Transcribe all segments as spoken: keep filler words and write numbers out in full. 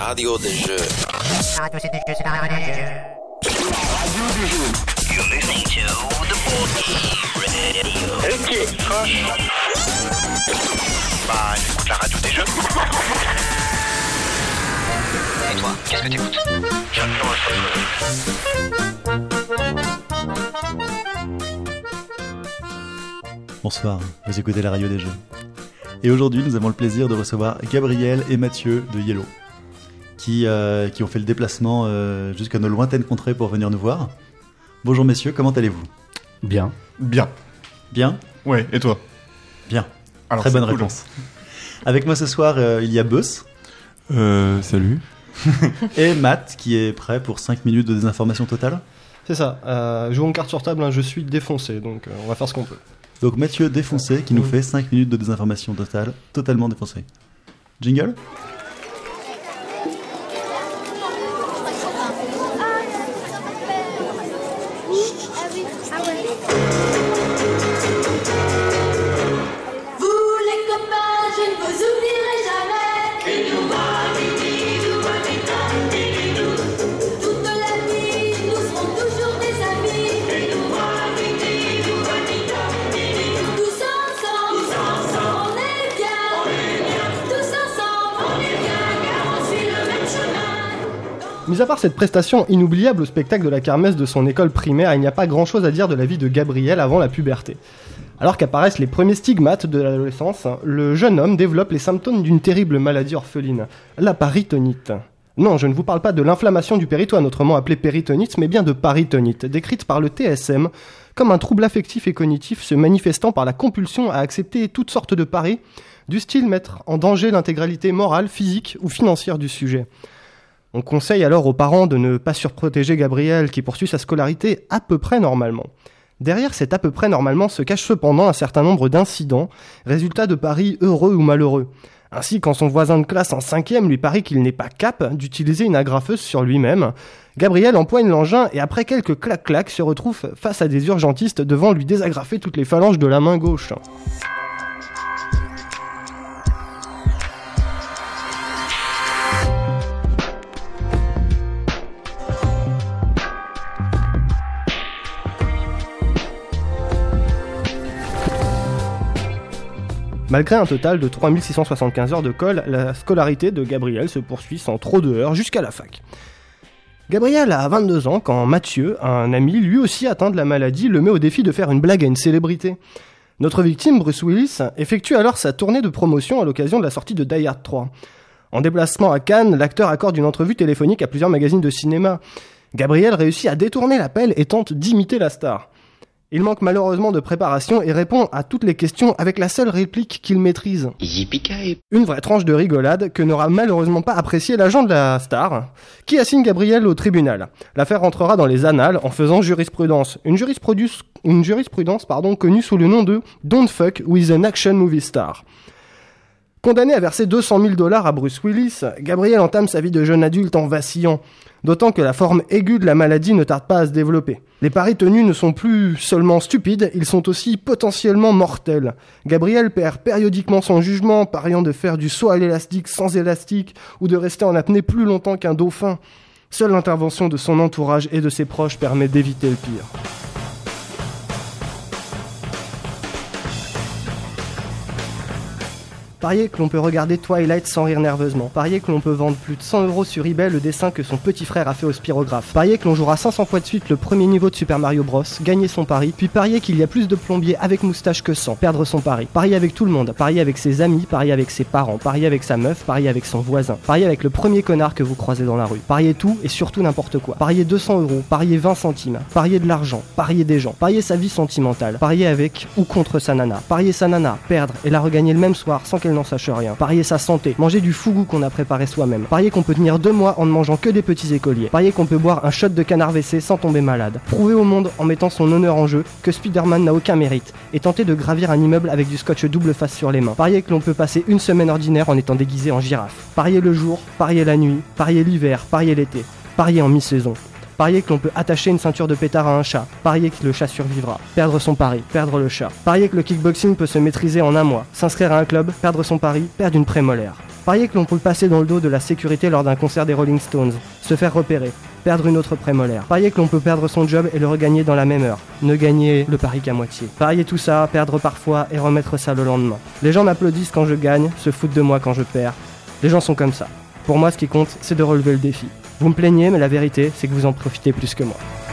radio des jeux. Radio c'est des jeux, c'est la radio des jeux. Radio des jeux. You're listening to the board radio. Ok, proche. Bah, j'écoute la radio des jeux. Et toi, qu'est-ce que t'écoutes? Bonsoir, vous écoutez la radio des jeux. Et aujourd'hui, nous avons le plaisir de recevoir Gabriel et Mathieu de Yellow, qui, euh, qui ont fait le déplacement euh, jusqu'à nos lointaines contrées pour venir nous voir. Bonjour messieurs, comment allez-vous? Bien. Bien. Bien? Ouais, et toi? Bien. Alors, très bonne cool. réponse. Avec moi ce soir, euh, il y a Buzz. Euh, salut. Et Matt, qui est prêt pour cinq minutes de désinformation totale. C'est ça, euh, jouons carte sur table, hein, je suis défoncé, donc euh, on va faire ce qu'on peut. Donc Mathieu défoncé, qui nous fait cinq minutes de désinformation totale, totalement défoncé. Jingle? Mis à part cette prestation inoubliable au spectacle de la kermesse de son école primaire, il n'y a pas grand chose à dire de la vie de Gabriel avant la puberté. Alors qu'apparaissent les premiers stigmates de l'adolescence, le jeune homme développe les symptômes d'une terrible maladie orpheline, la péritonite. Non, je ne vous parle pas de l'inflammation du péritoine, autrement appelée péritonite, mais bien de paritonite, décrite par le T S M comme un trouble affectif et cognitif se manifestant par la compulsion à accepter toutes sortes de paris, du style mettre en danger l'intégralité morale, physique ou financière du sujet. On conseille alors aux parents de ne pas surprotéger Gabriel qui poursuit sa scolarité à peu près normalement. Derrière cet à peu près normalement se cache cependant un certain nombre d'incidents, résultats de paris heureux ou malheureux. Ainsi, quand son voisin de classe en cinquième lui parie qu'il n'est pas cap d'utiliser une agrafeuse sur lui-même, Gabriel empoigne l'engin et après quelques clac-clac se retrouve face à des urgentistes devant lui désagrafer toutes les phalanges de la main gauche. Malgré un total de trois mille six cent soixante-quinze heures de colle, la scolarité de Gabriel se poursuit sans trop de heurts jusqu'à la fac. Gabriel a vingt-deux ans quand Mathieu, un ami lui aussi atteint de la maladie, le met au défi de faire une blague à une célébrité. Notre victime, Bruce Willis, effectue alors sa tournée de promotion à l'occasion de la sortie de Die Hard trois. En déplacement à Cannes, l'acteur accorde une entrevue téléphonique à plusieurs magazines de cinéma. Gabriel réussit à détourner l'appel et tente d'imiter la star. Il manque malheureusement de préparation et répond à toutes les questions avec la seule réplique qu'il maîtrise. Yippee-ki-yay. Une vraie tranche de rigolade que n'aura malheureusement pas apprécié l'agent de la star, qui assigne Gabriel au tribunal. L'affaire rentrera dans les annales en faisant jurisprudence. Une jurisprudence, une jurisprudence pardon, connue sous le nom de « Don't fuck with an action movie star ». Condamné à verser deux cent mille dollars à Bruce Willis, Gabriel entame sa vie de jeune adulte en vacillant, d'autant que la forme aiguë de la maladie ne tarde pas à se développer. Les paris tenus ne sont plus seulement stupides, ils sont aussi potentiellement mortels. Gabriel perd périodiquement son jugement, pariant de faire du saut à l'élastique sans élastique ou de rester en apnée plus longtemps qu'un dauphin. Seule l'intervention de son entourage et de ses proches permet d'éviter le pire. Parier que l'on peut regarder Twilight sans rire nerveusement. Parier que l'on peut vendre plus de cent euros sur eBay le dessin que son petit frère a fait au spirographe. Parier que l'on jouera cinq cents fois de suite le premier niveau de Super Mario Bros, gagner son pari, puis parier qu'il y a plus de plombiers avec moustache que sans, perdre son pari. Parier avec tout le monde, parier avec ses amis, parier avec ses parents, parier avec sa meuf, parier avec son voisin, parier avec le premier connard que vous croisez dans la rue. Parier tout et surtout n'importe quoi. Parier deux cents euros, parier vingt centimes, parier de l'argent, parier des gens, parier sa vie sentimentale, parier avec ou contre sa nana, parier sa nana, perdre et la regagner le même soir sans qu'elle n'en sache rien. Parier sa santé, manger du fougou qu'on a préparé soi-même. Parier qu'on peut tenir deux mois en ne mangeant que des petits écoliers. Parier qu'on peut boire un shot de canard W C sans tomber malade. Prouver au monde en mettant son honneur en jeu que Spider-Man n'a aucun mérite et tenter de gravir un immeuble avec du scotch double face sur les mains. Parier que l'on peut passer une semaine ordinaire en étant déguisé en girafe. Parier le jour, parier la nuit, parier l'hiver, parier l'été. Parier en mi-saison. Parier que l'on peut attacher une ceinture de pétard à un chat. Parier que le chat survivra. Perdre son pari. Perdre le chat. Parier que le kickboxing peut se maîtriser en un mois. S'inscrire à un club. Perdre son pari. Perdre une prémolaire. Pariez que l'on peut passer dans le dos de la sécurité lors d'un concert des Rolling Stones, se faire repérer, perdre une autre prémolaire. Pariez que l'on peut perdre son job et le regagner dans la même heure, ne gagner le pari qu'à moitié. Pariez tout ça, perdre parfois et remettre ça le lendemain. Les gens m'applaudissent quand je gagne, se foutent de moi quand je perds. Les gens sont comme ça. Pour moi, ce qui compte, c'est de relever le défi. Vous me plaignez, mais la vérité, c'est que vous en profitez plus que moi.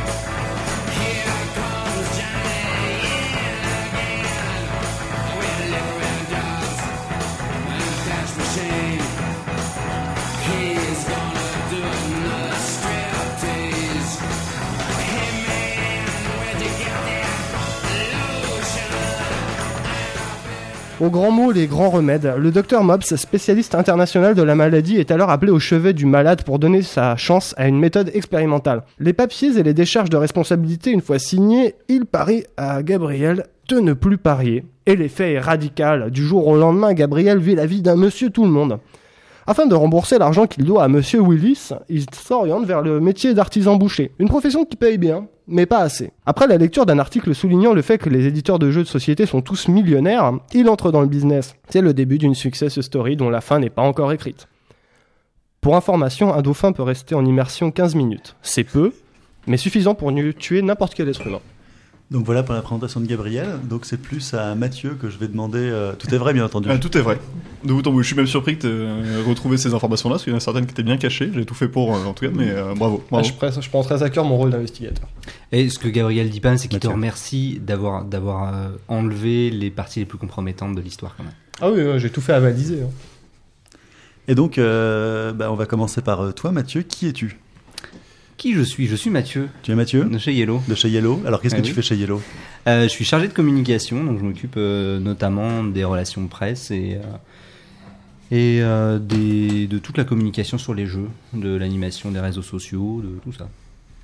Aux grands mots, les grands remèdes, le docteur Mobbs, spécialiste international de la maladie, est alors appelé au chevet du malade pour donner sa chance à une méthode expérimentale. Les papiers et les décharges de responsabilité une fois signés, il parie à Gabriel de ne plus parier. Et l'effet est radical. Du jour au lendemain, Gabriel vit la vie d'un monsieur tout le monde. Afin de rembourser l'argent qu'il doit à monsieur Willis, il s'oriente vers le métier d'artisan boucher. Une profession qui paye bien, mais pas assez. Après la lecture d'un article soulignant le fait que les éditeurs de jeux de société sont tous millionnaires, il entre dans le business. C'est le début d'une success story dont la fin n'est pas encore écrite. Pour information, un dauphin peut rester en immersion quinze minutes. C'est peu, mais suffisant pour tuer n'importe quel être humain. Donc voilà pour la présentation de Gabriel. Donc c'est plus à Mathieu que je vais demander. Euh, tout est vrai, bien entendu. Ah, tout est vrai. De bout en bout. Je suis même surpris que tu aies retrouvé ces informations-là, parce qu'il y en a certaines qui étaient bien cachées. J'ai tout fait pour, euh, en tout cas, mais euh, bravo. bravo. Ah, je, presse, je prends très à cœur mon rôle d'investigateur. Et ce que Gabriel dit pas, c'est qu'il Mathieu. te remercie d'avoir, d'avoir euh, enlevé les parties les plus compromettantes de l'histoire, quand même. Ah oui, ouais, j'ai tout fait avaliser. Hein. Et donc, euh, bah, on va commencer par euh, toi, Mathieu. Qui es-tu ? Qui je suis ? Je suis Mathieu, Tu es Mathieu de chez Yellow. de chez Yellow. Alors qu'est-ce Ah que tu oui. fais chez Yellow ? Euh, je suis chargé de communication, donc je m'occupe euh, notamment des relations presse et, euh, et euh, des, de toute la communication sur les jeux, de l'animation des réseaux sociaux, de tout ça.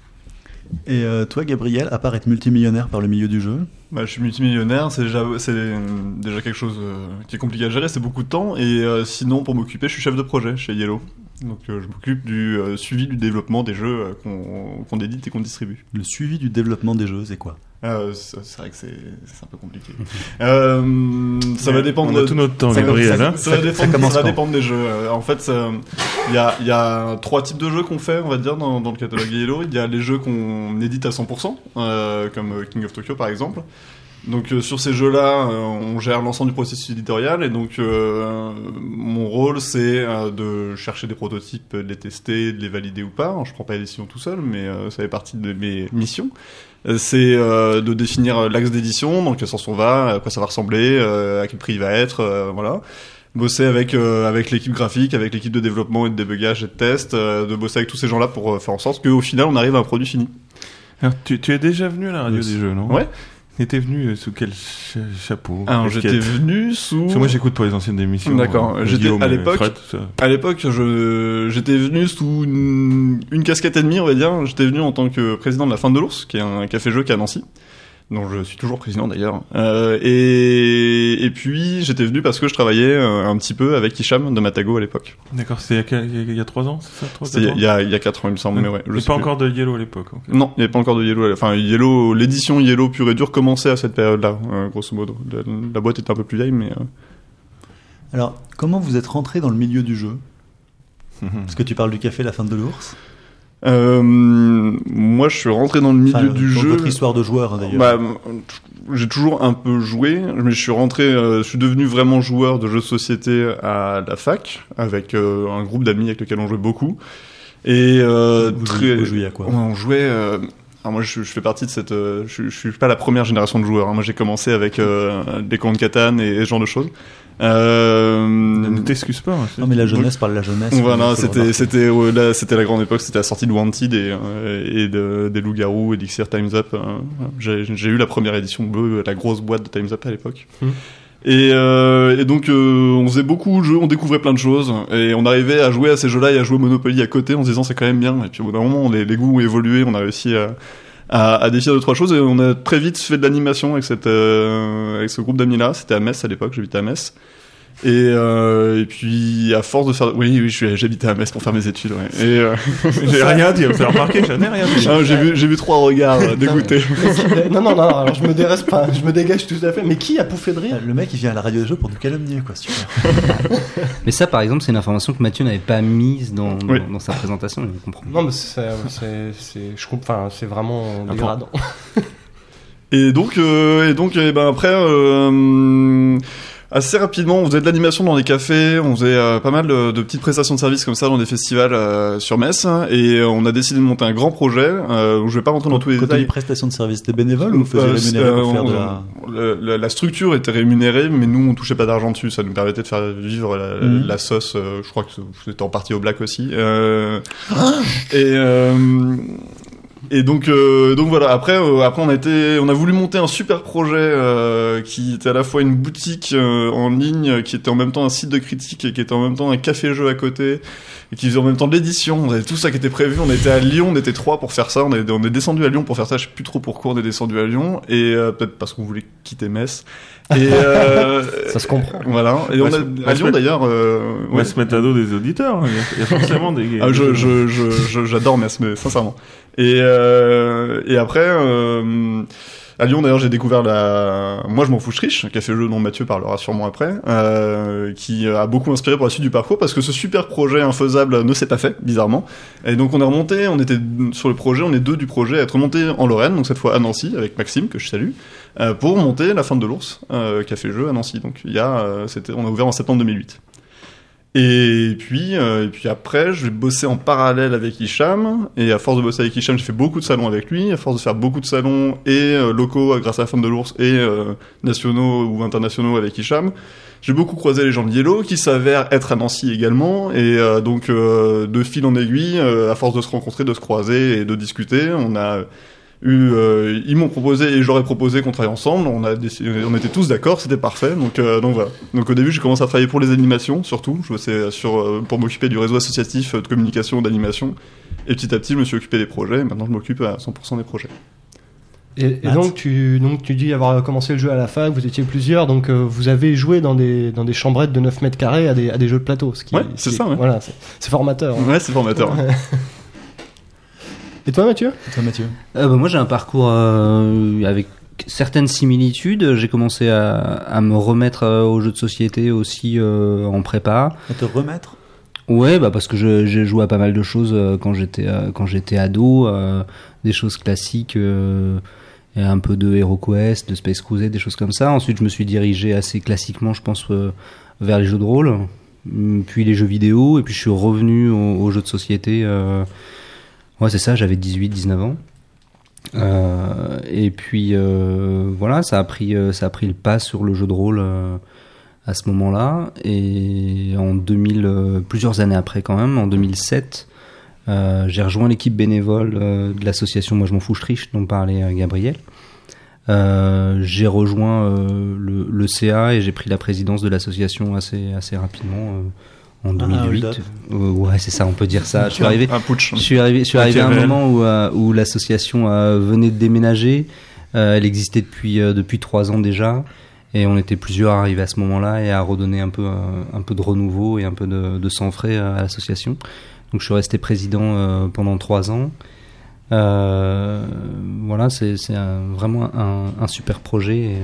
Et euh, toi, Gabriel, à part être multimillionnaire par le milieu du jeu, Bah, je suis multimillionnaire, c'est déjà, c'est déjà quelque chose euh, qui est compliqué à gérer, c'est beaucoup de temps. Et euh, sinon, pour m'occuper, je suis chef de projet chez Yellow. Donc euh, je m'occupe du euh, suivi du développement des jeux euh, qu'on, qu'on édite et qu'on distribue. le suivi du développement des jeux, c'est quoi ? Euh, c'est, c'est vrai que c'est, c'est un peu compliqué. euh, ça va dépendre. On a tout notre temps, ça, Gabriel. ça, hein. ça va Ça dépendre, commence ça va quand dépendre des jeux. Euh, En fait, il y a, y a trois types de jeux qu'on fait, on va dire, dans, dans le catalogue Yellow. Il y a les jeux qu'on édite à cent pour cent, euh, comme King of Tokyo par exemple. Donc euh, sur ces jeux-là, euh, on gère l'ensemble du processus éditorial et donc euh, mon rôle c'est euh, de chercher des prototypes, de les tester, de les valider ou pas. Alors, je prends pas les décisions tout seul, mais euh, ça fait partie de mes missions. Euh, c'est euh, de définir l'axe d'édition, dans quel sens on va, à quoi ça va ressembler, euh, à quel prix il va être, euh, voilà. Bosser avec euh, avec l'équipe graphique, avec l'équipe de développement et de débugage et de test, euh, de bosser avec tous ces gens-là pour euh, faire en sorte qu'au final on arrive à un produit fini. Alors, tu, tu es déjà venu à la radio Oui. des jeux, non ? Ouais. T'étais venu euh, sous quel cha- chapeau Alors casquette j'étais venu sous. Parce que moi j'écoute pas les anciennes émissions. D'accord. euh, J'étais- Guillaume à et l'époque- Fred, tout ça. À l'époque, je, j'étais venu sous une, une casquette et demie, on va dire. J'étais venu en tant que président de la Fin de l'Ours, qui est un café-jeu qui est à Nancy, dont je suis toujours président d'ailleurs. Euh, et, et puis, j'étais venu parce que je travaillais euh, un petit peu avec Hicham de Matago à l'époque. D'accord, c'était il y a quel- il y a- il y a trois ans, c'est ça trois, C'était quatre il y ans a, il y a quatre ans, il me semble, mais ouais. je Mais sais pas plus. encore de Yellow à l'époque. ok. Non, il n'y avait pas encore de Yellow. Enfin, Yellow, l'édition Yellow pure et dure commençait à cette période-là, euh, grosso modo. La, la boîte était un peu plus vieille, mais... Euh... Alors, comment vous êtes rentré dans le milieu du jeu ? Parce que tu parles du café La Fin de l'Ours. Euh, moi, je suis rentré dans le milieu Enfin, du dans jeu. votre histoire de joueur, d'ailleurs. Bah, j'ai toujours un peu joué, mais je suis rentré, euh, je suis devenu vraiment joueur de jeux de société à la fac, avec euh, un groupe d'amis avec lequel on jouait beaucoup. Et euh, vous, très, jouiez, vous jouiez à quoi ? on jouait. Euh, alors moi, je, je fais partie de cette. Euh, je, je suis pas la première génération de joueurs. Hein. Moi, j'ai commencé avec euh, des Clan de Catane et, et ce genre de choses. Euh, Ne t'excuse pas. hein, c'est- Non, mais la jeunesse parle la jeunesse. voilà, faut le c'était remarquer. c'était ouais, là, c'était la grande époque, c'était la sortie de Wanted et euh, et de, des loups-garous, Elixir, Time's Up. hein. J'ai j'ai eu la première édition bleue, la grosse boîte de Time's Up à l'époque. Mmh. Et, euh, et donc euh, on faisait beaucoup de jeux, on découvrait plein de choses et on arrivait à jouer à ces jeux-là et à jouer au Monopoly à côté en se disant c'est quand même bien. Et puis au bout d'un moment, les, les goûts ont évolué, on a réussi à à, à définir deux trois choses et on a très vite fait de l'animation avec cette euh, avec ce groupe d'amis-là. C'était à Metz à l'époque, j'habitais à Metz. Et, euh, et puis à force de faire, oui, oui, je suis, j'habitais à Metz pour faire mes études. Ouais. Et euh... J'ai rien dit, vous avez remarqué, j'en ai rien dit. ah, j'ai vu, j'ai vu trois regards euh, dégoûtés. Non, non, non, alors je me déreste pas, je me dégage tout à fait. Mais qui a pouffé de rire? Le mec il vient à la radio des jeux pour nous calomnier quoi, super. Mais ça, par exemple, c'est une information que Mathieu n'avait pas mise dans, dans, Oui. dans sa présentation. Je comprends. Non, mais c'est, c'est, c'est, je comprends, enfin, c'est vraiment dégradant. Et donc, euh, et donc, et ben après, euh, assez rapidement, on faisait de l'animation dans des cafés, on faisait euh, pas mal de, de petites prestations de services comme ça dans des festivals euh, sur Metz, et euh, on a décidé de monter un grand projet euh, où je vais pas rentrer dans tous les Quand détails. une prestation de service, c'était bénévole ou vous faisiez Euh, rémunérer euh, pour faire on- de la... le- la, la structure était rémunérée, mais nous on touchait pas d'argent dessus. Ça nous permettait de faire vivre la, Mhm. la sauce. euh, je crois que c'était en partie au black aussi. Euh, et euh, et donc euh, donc voilà. Après euh, après on a été on a voulu monter un super projet euh, qui était à la fois une boutique euh, en ligne, qui était en même temps un site de critique et qui était en même temps un café-jeu à côté. Et qui faisait en même temps de l'édition. On avait tout ça qui était prévu. On était à Lyon, on était trois pour faire ça. On, avait, on est descendu à Lyon pour faire ça. Je sais plus trop pourquoi on est descendu à Lyon. Et euh, peut-être parce qu'on voulait quitter Metz. Et euh, Ça se comprend. voilà. Et Ouais, on c'est- a, ouais, à c'est- Lyon d'ailleurs. Euh, On va ouais. se mettre à dos des auditeurs. Il y a- il y a forcément des. Ah, je, je, je, je- j'adore Metz, mais sincèrement. Et, euh, et après, euh, à Lyon d'ailleurs, j'ai découvert la. Moi, je m'en fous, je triche. Café-jeu dont Mathieu parlera sûrement après, euh, qui a beaucoup inspiré pour la suite du parcours parce que ce super projet infaisable ne s'est pas fait, bizarrement. Et donc, on est remonté. On était sur le projet. On est deux du projet à être remonté en Lorraine, donc cette fois à Nancy avec Maxime que je salue, euh, pour monter la fin de l'ours, euh, café-jeu à Nancy. Donc, il y a, euh, c'était, on a ouvert en septembre deux mille huit. Et puis, euh, et puis après, je vais bosser en parallèle avec Hicham. Et à force de bosser avec Hicham, j'ai fait beaucoup de salons avec lui. À force de faire beaucoup de salons et euh, locaux grâce à la Femme de l'Ours et euh, nationaux ou internationaux avec Hicham, j'ai beaucoup croisé les gens de Yellow qui s'avèrent être à Nancy également. Et euh, donc, euh, de fil en aiguille, euh, à force de se rencontrer, de se croiser et de discuter, on a eu, euh, ils m'ont proposé et j'aurais proposé qu'on travaille ensemble. On a décidé, on était tous d'accord, c'était parfait. Donc, euh, donc voilà. Donc au début, j'ai commencé à travailler pour les animations, surtout. Je bossais sur euh, pour m'occuper du réseau associatif de communication d'animation. Et petit à petit, je me suis occupé des projets. Et maintenant, je m'occupe à cent pour cent des projets. Et, et Matt. donc, tu, donc tu dis avoir commencé le jeu à la fac, vous étiez plusieurs, donc euh, vous avez joué dans des, dans des chambrettes de neuf mètres carrés à des, à des jeux de plateau. Ce qui, Ouais, ce c'est qui- ça, ouais. Voilà, c'est, c'est formateur. hein. Ouais, c'est formateur. Et toi, Mathieu? Et toi Mathieu? Euh, bah, moi, j'ai un parcours euh, avec certaines similitudes. J'ai commencé à, à me remettre euh, aux jeux de société aussi euh, en prépa. À te remettre? Ouais, bah parce que je, j'ai joué à pas mal de choses euh, quand j'étais euh, quand j'étais ado, euh, des choses classiques, euh, et un peu de HeroQuest, de Space Crusade, des choses comme ça. Ensuite, je me suis dirigé assez classiquement, je pense, euh, vers les jeux de rôle, puis les jeux vidéo, et puis je suis revenu aux, aux jeux de société. Euh, ouais, c'est ça, j'avais dix-huit dix-neuf ans. Euh, et puis euh, voilà, ça a pris euh, ça a pris le pas sur le jeu de rôle. Euh, à ce moment-là, et en deux mille, euh, plusieurs années après quand même, en deux mille sept, euh, j'ai rejoint l'équipe bénévole euh, de l'association Moi je m'en fous, je triche, dont parlait euh, Gabriel. Euh, j'ai rejoint euh, le, le C A et j'ai pris la présidence de l'association assez, assez rapidement euh, en deux mille huit. hold-up. Euh, ouais, c'est ça, on peut dire ça. Je suis arrivé, Un putsch. je suis arrivé, je suis arrivé à un Machiavel. moment où, euh, où l'association euh, venait de déménager. Euh, elle existait depuis, euh, depuis trois ans déjà. Et on était plusieurs à arriver à ce moment-là et à redonner un peu, euh, un peu de renouveau et un peu de, de sang frais à l'association. Donc je suis resté président euh, pendant trois ans. Euh, voilà, c'est, c'est un- vraiment un, un super projet.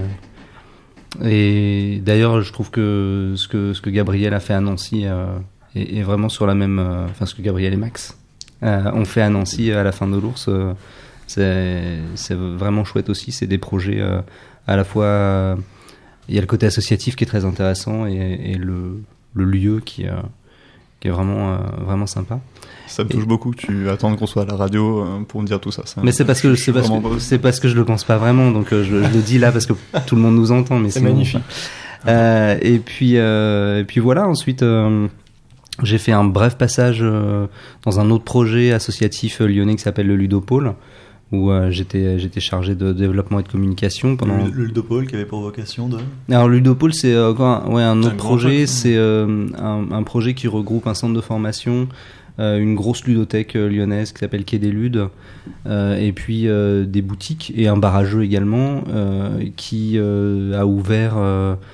Et, et d'ailleurs, je trouve que ce que, ce que Gabriel a fait à Nancy euh, est, est vraiment sur la même... euh, Enfin, ce que Gabriel et Max euh, ont fait à Nancy à la fin de l'ours, euh, c'est, c'est vraiment chouette aussi. C'est des projets euh, à la fois... euh, il y a le côté associatif qui est très intéressant et, et le, le lieu qui, euh, qui est vraiment, euh, vraiment sympa. Ça me touche beaucoup que tu attendes qu'on soit à la radio euh, pour me dire tout ça. ça Mais c'est parce que je c'est suis parce vraiment que beau. c'est parce que je le pense pas vraiment, donc euh, je, je le dis là parce que tout le monde nous entend. Mais C'est sinon, magnifique. Euh, et puis euh, et puis voilà. Ensuite, euh, j'ai fait un bref passage euh, dans un autre projet associatif euh, lyonnais qui s'appelle le Ludopole, où euh, j'étais j'étais chargé de développement et de communication pendant. Le, le Ludopole qui avait pour vocation de... Alors Ludopole, c'est euh, encore un, ouais, un C'est autre un grand projet. truc, C'est euh, un, un projet qui regroupe un centre de formation, euh, une grosse ludothèque euh, lyonnaise qui s'appelle Quai des Ludes, euh, et puis euh, des boutiques et un bar à jeux également, euh, qui euh, a ouvert euh,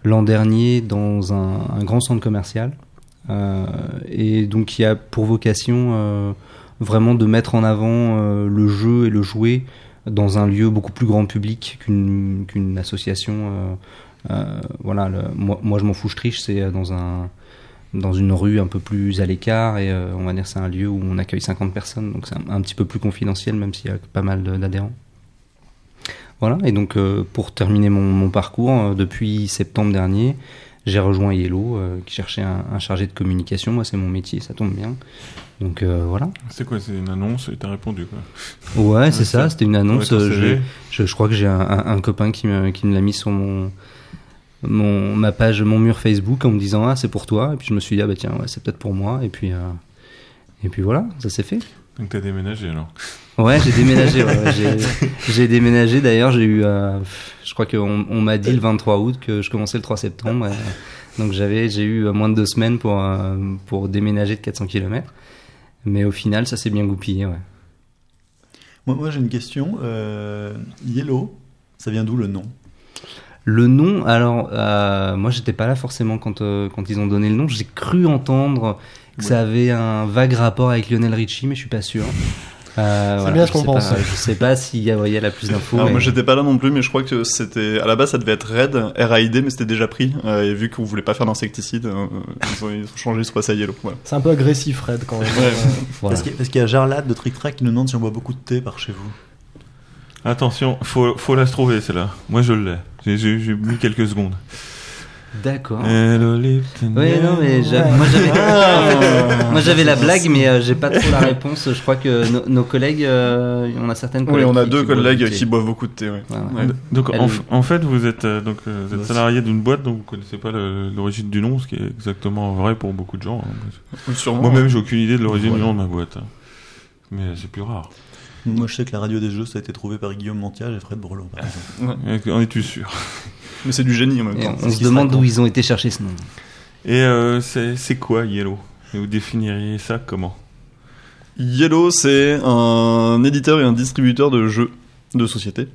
l'an dernier dans un, un grand centre commercial. Euh, et donc qui a pour vocation euh, vraiment de mettre en avant euh, le jeu et le jouet dans un lieu beaucoup plus grand public qu'une, qu'une association. Euh, euh, voilà, le, moi, moi je m'en fous, je triche, c'est dans un dans une rue un peu plus à l'écart et euh, on va dire c'est un lieu où on accueille cinquante personnes, donc c'est un, un petit peu plus confidentiel même s'il y a pas mal d'adhérents. Voilà, et donc euh, pour terminer mon, mon parcours, euh, depuis septembre dernier, j'ai rejoint Yellow, euh, qui cherchait un, un chargé de communication. Moi, c'est mon métier, ça tombe bien. Donc euh, voilà. C'est quoi, c'est une annonce et t'as répondu quoi? Ouais, c'est ça, c'était une annonce. Ouais, euh, j'ai, je, je crois que j'ai un, un, un copain qui me, qui me l'a mis sur mon, mon, ma page, mon mur Facebook en me disant ah, c'est pour toi. Et puis je me suis dit, ah bah tiens, ouais, c'est peut-être pour moi. Et puis, euh, et puis voilà, ça s'est fait. Donc t'as déménagé alors? Ouais, j'ai déménagé. Ouais, ouais, j'ai, j'ai déménagé. D'ailleurs, j'ai eu, euh, je crois qu'on on m'a dit le vingt-trois août que je commençais le trois septembre. Et, donc j'avais, j'ai eu moins de deux semaines pour euh, pour déménager de quatre cents kilomètres. Mais au final, ça s'est bien goupillé. Ouais. Moi, moi j'ai une question. Euh, Yellow, ça vient d'où le nom? Le nom, alors euh, moi j'étais pas là forcément quand euh, quand ils ont donné le nom. J'ai cru entendre que ouais. ça avait un vague rapport avec Lionel Richie, mais je suis pas sûr. Euh, c'est voilà, bien ce qu'on pense. Pas, je sais pas s'il y a, il y a la plus d'infos. Alors mais... moi j'étais pas là non plus, mais je crois que c'était à la base ça devait être Raid, R A I D, mais c'était déjà pris. Euh, et vu qu'on voulait pas faire d'insecticide, euh, ils, ont, ils ont changé, ils sont passés à Yellow. Voilà. C'est un peu agressif, Raid quand même. Ouais. Voilà. Parce qu'il y a, parce qu'il y a Jarlad de Trick Track qui nous demande si on boit beaucoup de thé par chez vous. Attention, faut faut la se trouver celle-là. Moi je l'ai. J'ai, j'ai, j'ai mis quelques secondes. D'accord. Hello, Lipton. Oui, non, mais j'a... ouais. moi j'avais, en fait, moi j'avais la blague, mais euh, j'ai pas trop la réponse. Je crois que no- nos collègues, euh, on a certaines collègues. Oui, on a qui, deux qui collègues boivent qui boivent beaucoup de thé. Ouais. Ouais, ouais. Ouais. Donc Elle... en, f- en fait, vous êtes euh, donc euh, vous êtes Ouais, salarié d'une boîte, donc vous connaissez pas le, l'origine du nom, ce qui est exactement vrai pour beaucoup de gens. Hein. Sûrement. Moi-même, j'ai aucune idée de l'origine Voilà. du nom de ma boîte, hein. Mais c'est plus rare. Moi, je sais que la radio des jeux, ça a été trouvé par Guillaume Montiage et Fred Brelot, par exemple. Ouais. En es-tu sûr? Mais c'est du génie en même Et temps. on, on se demande d'où ils ont été chercher ce nom. Et euh, c'est, c'est quoi Yellow? Et vous définiriez ça comment? Yellow, c'est un éditeur et un distributeur de jeux de société.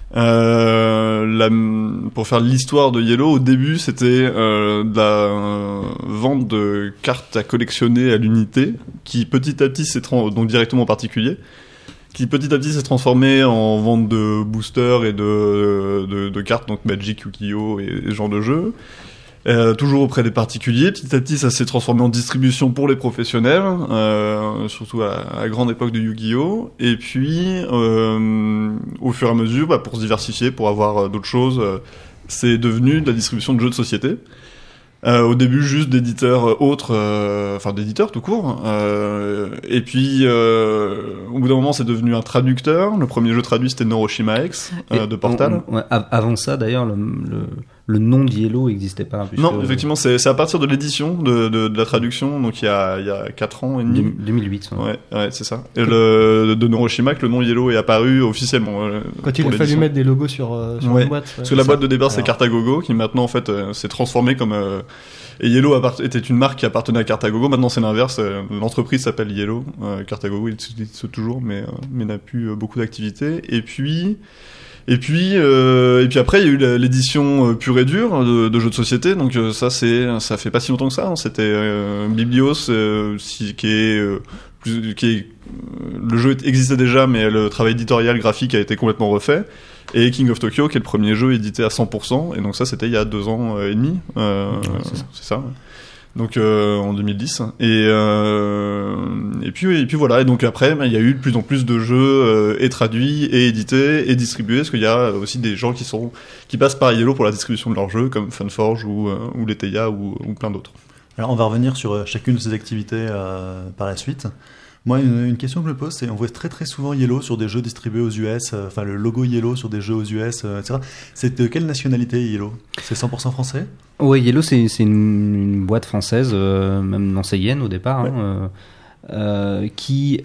Euh, la, pour faire l'histoire de Yellow, au début, c'était euh, de la euh, vente de cartes à collectionner à l'unité, qui petit à petit s'est tra- donc directement en particulier, qui petit à petit s'est transformé en vente de boosters et de, de, de cartes, donc Magic, Yu-Gi-Oh! Et, et ce genre de jeux. Euh, toujours auprès des particuliers. Petit à petit, ça s'est transformé en distribution pour les professionnels, euh, surtout à, à la grande époque de Yu-Gi-Oh! Et puis, euh, au fur et à mesure, bah, pour se diversifier, pour avoir euh, d'autres choses, euh, c'est devenu de la distribution de jeux de société. Euh, au début, juste d'éditeurs euh, autres, euh, enfin d'éditeurs tout court. Euh, et puis, euh, au bout d'un moment, c'est devenu un traducteur. Le premier jeu traduit, c'était Neuroshima X euh, de Portal. On, on, ouais, avant ça, d'ailleurs, le, le, le nom de Yellow n'existait pas. Puisque... Non, effectivement, c'est, c'est à partir de l'édition de, de, de la traduction, donc il y a, il y a quatre ans et demi. deux mille huit. Ouais, ouais, ouais c'est ça. Et le, de Neuroshima, que le nom Yellow est apparu officiellement. Euh, Quand il a fallu mettre des logos sur, euh, sur ouais. une boîte. Ouais, Parce que la ça. boîte de départ, c'est Alors... Cartagogo, qui maintenant, en fait, euh, s'est transformée comme... Euh, et Yellow appart- était une marque qui appartenait à Cartagogo. Maintenant, c'est l'inverse. Euh, l'entreprise s'appelle Yellow. Euh, Cartagogo, il existe toujours, mais, euh, mais n'a plus euh, beaucoup d'activités. Et puis... Et puis, euh, et puis après, il y a eu l'édition euh, pure et dure de, de jeux de société. Donc euh, ça, c'est, ça fait pas si longtemps que ça. Hein. C'était euh, Biblios, euh, si, qui est, euh, plus, qui est, euh, le jeu existait déjà, mais le travail éditorial graphique a été complètement refait. Et King of Tokyo, qui est le premier jeu édité à cent pour cent. Et donc ça, c'était il y a deux ans et demi. Euh, ouais, c'est ça. C'est ça. Donc euh, en deux mille dix et euh, et puis et puis voilà et donc après il y a eu de plus en plus de jeux euh, et traduits et édités et distribués parce qu'il y a aussi des gens qui sont qui passent par Yellow pour la distribution de leurs jeux comme Funforge ou euh, ou Leteia ou ou plein d'autres. Alors on va revenir sur chacune de ces activités euh, par la suite. Moi, une, une question que je me pose, c'est on voit très très souvent Yellow sur des jeux distribués aux U S, euh, enfin le logo Yellow sur des jeux aux U S, euh, et cetera. C'est de quelle nationalité Yellow? C'est cent pour cent français? Ouais, Yellow, c'est, c'est une, une boîte française, euh, même nancéienne au départ, ouais. hein, euh, euh, qui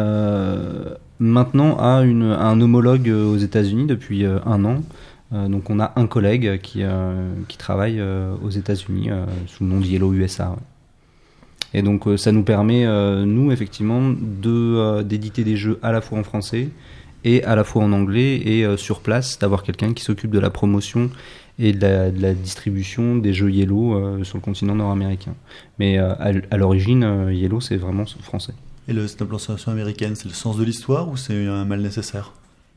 euh, maintenant a une, un homologue aux États-Unis depuis euh, un an. Euh, donc on a un collègue qui, euh, qui travaille euh, aux États-Unis euh, sous le nom de Yellow U S A. Ouais. Et donc euh, ça nous permet, euh, nous, effectivement, de, euh, d'éditer des jeux à la fois en français et à la fois en anglais et euh, sur place, d'avoir quelqu'un qui s'occupe de la promotion et de la, de la distribution des jeux Yellow euh, sur le continent nord-américain. Mais euh, à, à l'origine, euh, Yellow, c'est vraiment français. Et le, cette implantation américaine, c'est le sens de l'histoire ou c'est un mal nécessaire?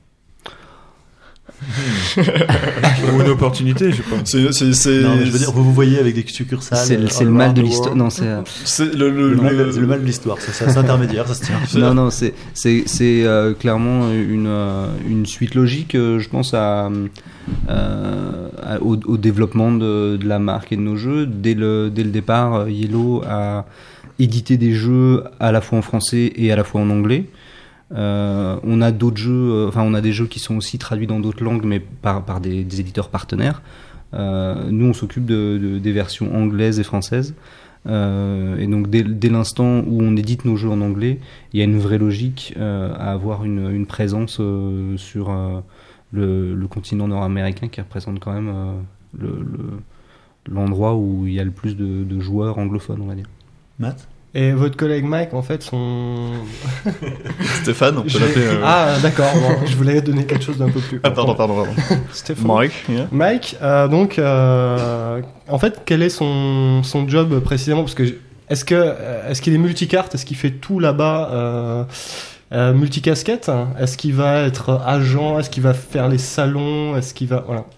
Ou une opportunité, je sais pas. C'est, c'est, c'est... Non, mais je veux dire, vous vous voyez avec des succursales. C'est, le- c'est all le mal around de the l'histoire. world. Non, c'est, euh, c'est le, le, Le mal, le- c'est le mal de l'histoire, c'est ça, c'est intermédiaire, ça se tient. non, non, c'est, c'est, c'est euh, clairement une, euh, une suite logique, euh, je pense, à, euh, à- au, au développement de, de la marque et de nos jeux. Dès le, dès le départ, euh, Yellow a édité des jeux à la fois en français et à la fois en anglais. Euh, on a d'autres jeux, euh, enfin on a des jeux qui sont aussi traduits dans d'autres langues, mais par, par des, des éditeurs partenaires. Euh, nous, on s'occupe de, de, des versions anglaises et françaises. Euh, et donc dès, dès l'instant où on édite nos jeux en anglais, il y a une vraie logique euh, à avoir une, une présence euh, sur euh, le, le continent nord-américain qui représente quand même euh, le, le, l'endroit où il y a le plus de, de joueurs anglophones, on va dire. Matt? Et votre collègue Mike, en fait, son... Stéphane, on peut Je- l'appeler. euh, Ah, d'accord, bon, je voulais donner quelque chose d'un peu plus... Ah, pardon, pardon, pardon. Stéphane. Mike, yeah. Mike, euh, donc, euh, en fait, quel est son, son job précisément? Parce que je- est-ce que euh, est-ce qu'il est multicarte? Est-ce qu'il fait tout là-bas euh, euh, multicasquette? Est-ce qu'il va être agent? Est-ce qu'il va faire les salons? Est-ce qu'il va voilà.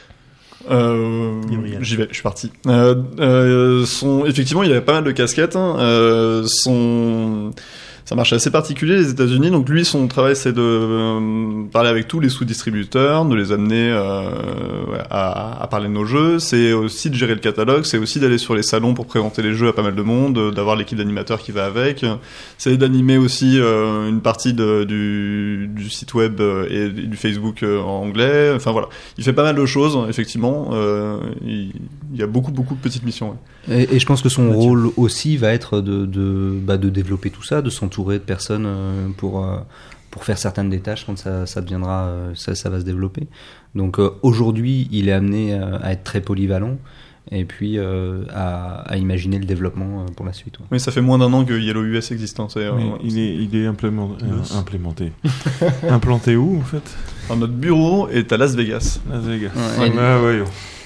Euh, Gabriel. j'y vais, je suis parti. Euh, euh, son, effectivement, il avait pas mal de casquettes. Hein. Euh, son, ça marche assez particulier les États-Unis. Donc lui, son travail, c'est de euh, parler avec tous les sous-distributeurs, de les amener euh, ouais, à, à parler de nos jeux. C'est aussi de gérer le catalogue. C'est aussi d'aller sur les salons pour présenter les jeux à pas mal de monde, d'avoir l'équipe d'animateurs qui va avec. C'est d'animer aussi euh, une partie de, du, du site web et du Facebook euh, en anglais. Enfin voilà, il fait pas mal de choses, effectivement. Euh, il, il y a beaucoup, beaucoup de petites missions. Ouais. Et, et je pense que son Mathieu. rôle aussi va être de, de, bah, de développer tout ça, de s'entourer de personnes euh, pour, euh, pour faire certaines des tâches quand ça, ça deviendra, euh, ça, ça va se développer. Donc euh, aujourd'hui, il est amené euh, à être très polyvalent et puis euh, à, à imaginer le développement euh, pour la suite. Ouais. Mais ça fait moins d'un an que Yellow U S existe. Hein, c'est, euh, Oui, ouais. il est, il est implément- euh, Yes. implémenté. Implanté où, en fait? Alors, notre bureau est à Las Vegas. Las Vegas. Ouais, Ouais, et- ah, voyons.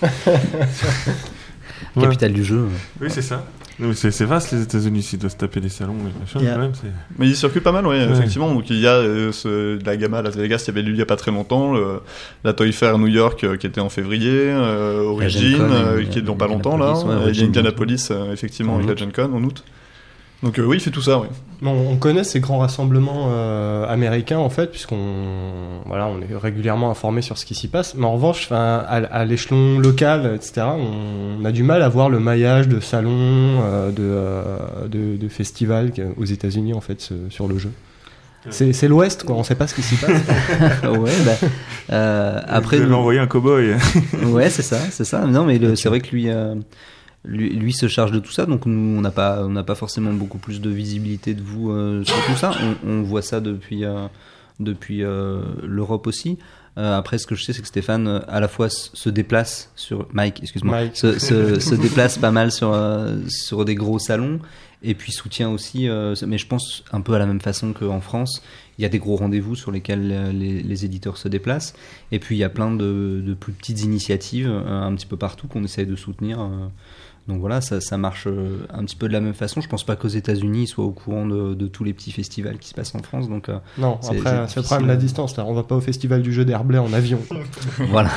Ouais. Capitale du jeu. Ouais. Oui, c'est ça. Non, mais c'est, c'est vaste, les États-Unis, s'ils doivent se taper des salons et machin, Yeah. quand même. C'est... Mais il circule pas mal, ouais, Ouais. effectivement. Donc il y a euh, ce, la Gamma à Las Vegas, il y avait eu il y a pas très longtemps, le, la Toy Fair à New York euh, qui était en février, euh, Origin Gen Con, euh, et- qui est dans et pas longtemps là, Indianapolis, ouais, euh, il y a Origin Indianapolis euh, effectivement En avec la août. Gen Con en août. Donc euh, oui, il fait tout ça, oui. Bon, on connaît ces grands rassemblements euh, américains en fait, puisqu'on voilà, on est régulièrement informé sur ce qui s'y passe. Mais en revanche, enfin, à, à l'échelon local, et cetera, on, on a du mal à voir le maillage de salons, euh, de, euh, de, de festivals aux États-Unis en fait ce- sur le jeu. C'est, c'est l'Ouest, quoi. On sait pas ce qui s'y passe. ouais, bah, euh, après, Vous avez nous- envoyé un cow-boy. ouais, c'est ça, c'est ça. Non, mais le, c'est vrai que lui, euh, lui, lui se charge de tout ça, donc nous, on n'a pas, on n'a pas forcément beaucoup plus de visibilité de vous euh, sur tout ça. On, on voit ça depuis, euh, depuis euh, l'Europe aussi. Euh, après, ce que je sais, c'est que Stéphane, euh, à la fois s- se déplace sur Mike, excuse-moi, Mike. Se, se, se déplace pas mal sur euh, sur des gros salons, et puis soutient aussi. Euh, mais je pense un peu à la même façon qu'en France. Il y a des gros rendez-vous sur lesquels euh, les, les éditeurs se déplacent, et puis il y a plein de, de plus petites initiatives euh, un petit peu partout qu'on essaye de soutenir. euh. Donc voilà, ça, ça marche euh, un petit peu de la même façon. Je pense pas qu'aux États-Unis ils soient au courant de, de tous les petits festivals qui se passent en France. Donc euh, Non, C'est- après, c'est c'est le problème de la distance. Là, on va pas au festival du jeu d'Herblay en avion. voilà.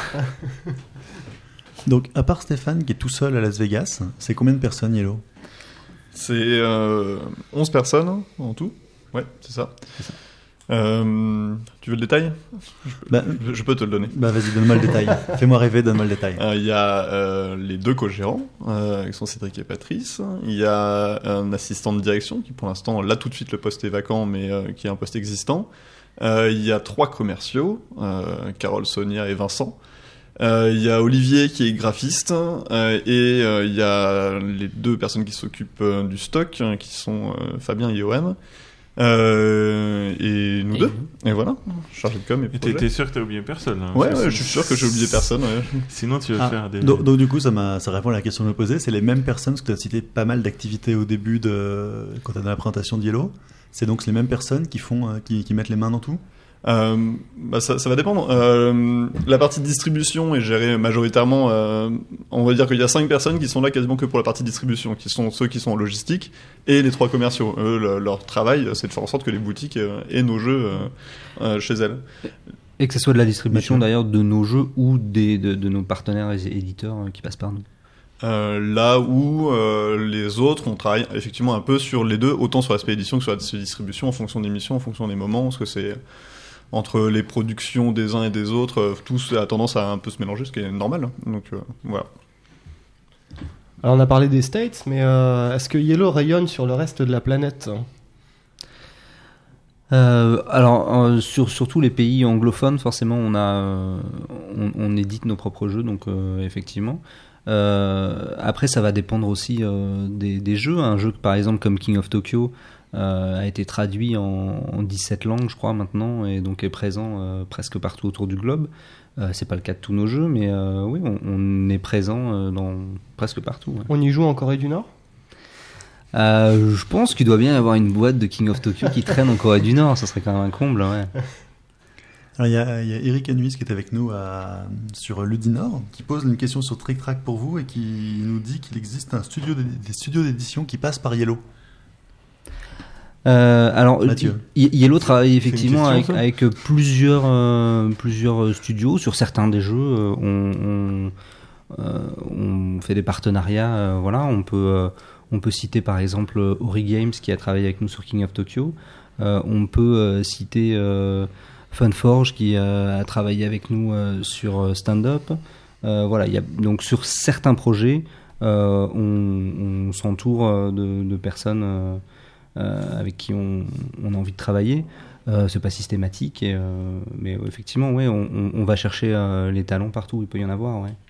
Donc, à part Stéphane qui est tout seul à Las Vegas, c'est combien de personnes, Yellow? C'est euh, onze personnes en tout. Ouais, c'est ça. Euh, tu veux le détail? Bah, je, je peux te le donner. bah vas-y, donne-moi le détail. Fais-moi rêver, donne-moi le détail. Euh, Il y a euh, les deux co-gérants, euh, qui sont Cédric et Patrice. Il y a un assistant de direction, qui pour l'instant, là tout de suite le poste est vacant, mais euh, qui est un poste existant. Euh, Il y a trois commerciaux, euh, Carole, Sonia et Vincent. Euh, Il y a Olivier qui est graphiste, euh, et euh, il y a les deux personnes qui s'occupent euh, du stock, hein, qui sont euh, Fabien et Johan. Euh, et nous Et deux. Et voilà, chargé de com et Et t'es, projet. t'es sûr que t'as oublié personne, hein, Ouais, parce que ouais, je suis sûr que j'ai oublié personne. Ouais. Sinon, tu vas Ah, faire des. donc, donc, du coup, ça, m'a, ça répond à la question que je me posais. C'est les mêmes personnes, parce que tu as cité pas mal d'activités au début de quand tu as dans la présentation de Yellow. C'est donc les mêmes personnes qui font, euh, qui, qui mettent les mains dans tout. Euh, bah ça, ça va dépendre. Euh, la partie de distribution est gérée majoritairement. Euh, on va dire qu'il y a cinq personnes qui sont là quasiment que pour la partie distribution, qui sont ceux qui sont en logistique et les trois commerciaux. Eux, le, leur travail, c'est de faire en sorte que les boutiques euh, aient nos jeux euh, euh, chez elles. Et que ce soit de la distribution Mathieu. d'ailleurs de nos jeux ou des, de, de nos partenaires et éditeurs euh, qui passent par nous. Euh, là où euh, les autres, on travaille effectivement un peu sur les deux, autant sur l'aspect édition que sur la distribution, en fonction des missions, en fonction des moments, parce que c'est entre les productions des uns et des autres, euh, tout a tendance à un peu se mélanger, ce qui est normal. Hein. Donc euh, voilà. Alors on a parlé des States, mais euh, est-ce que Yellow rayonne sur le reste de la planète ? Euh, alors euh, sur sur tous les pays anglophones, forcément, on a euh, on, on édite nos propres jeux, donc euh, effectivement. Euh, après, ça va dépendre aussi euh, des, des jeux. Un jeu par exemple comme King of Tokyo euh, a été traduit en, en dix-sept langues, je crois maintenant, et donc est présent euh, presque partout autour du globe. Euh, c'est pas le cas de tous nos jeux, mais euh, oui, on, on est présent euh, dans presque partout. Ouais. On y joue en Corée du Nord ? Euh, je pense qu'il doit bien y avoir une boîte de King of Tokyo qui traîne en Corée du Nord. Ça serait quand même un comble, ouais. Alors, il y a, il y a Eric Anuis qui est avec nous à, sur Ludinor, qui pose une question sur Trick Track pour vous et qui nous dit qu'il existe un studio d'édi- des studios d'édition qui passent par Yellow. Euh, alors, Mathieu. Y- Yellow travaille effectivement question, avec, ça avec plusieurs, euh, plusieurs studios sur certains des jeux. euh, On, on, euh, on fait des partenariats. euh, voilà, on peut, euh, on peut citer par exemple Ori Games qui a travaillé avec nous sur King of Tokyo. Euh, on peut euh, citer euh, Funforge qui euh, a travaillé avec nous euh, sur euh, Stand Up. Euh, voilà, il y a donc sur certains projets, euh, on, on s'entoure euh, de, de personnes. Euh, Euh, avec qui on, on a envie de travailler. Euh, c'est pas systématique, et, euh, mais euh, effectivement, ouais, on, on, on va chercher euh, les talents partout où il peut y en avoir. Ouais.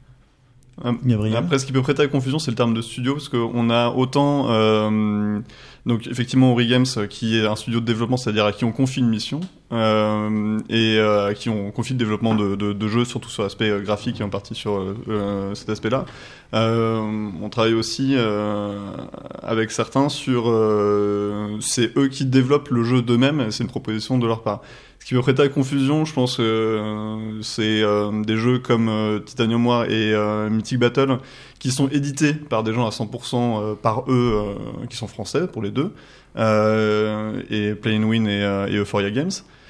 Gabriel. Après, ce qui peut prêter à confusion, c'est le terme de studio, parce qu'on a autant, euh, donc effectivement, Ori Games, qui est un studio de développement, c'est-à-dire à qui on confie une mission, euh, et euh, à qui on confie le développement de, de, de jeux, surtout sur l'aspect euh, graphique et en partie sur euh, cet aspect-là. Euh, on travaille aussi euh, avec certains sur, euh, c'est eux qui développent le jeu d'eux-mêmes, c'est une proposition de leur part. Ce qui peut prêter à confusion, je pense que euh, c'est euh, des jeux comme euh, Titanium War et euh, Mythic Battle qui sont édités par des gens à cent pour cent euh, par eux, euh, qui sont français pour les deux, euh, et Play and Win et, euh, et Euphoria Games.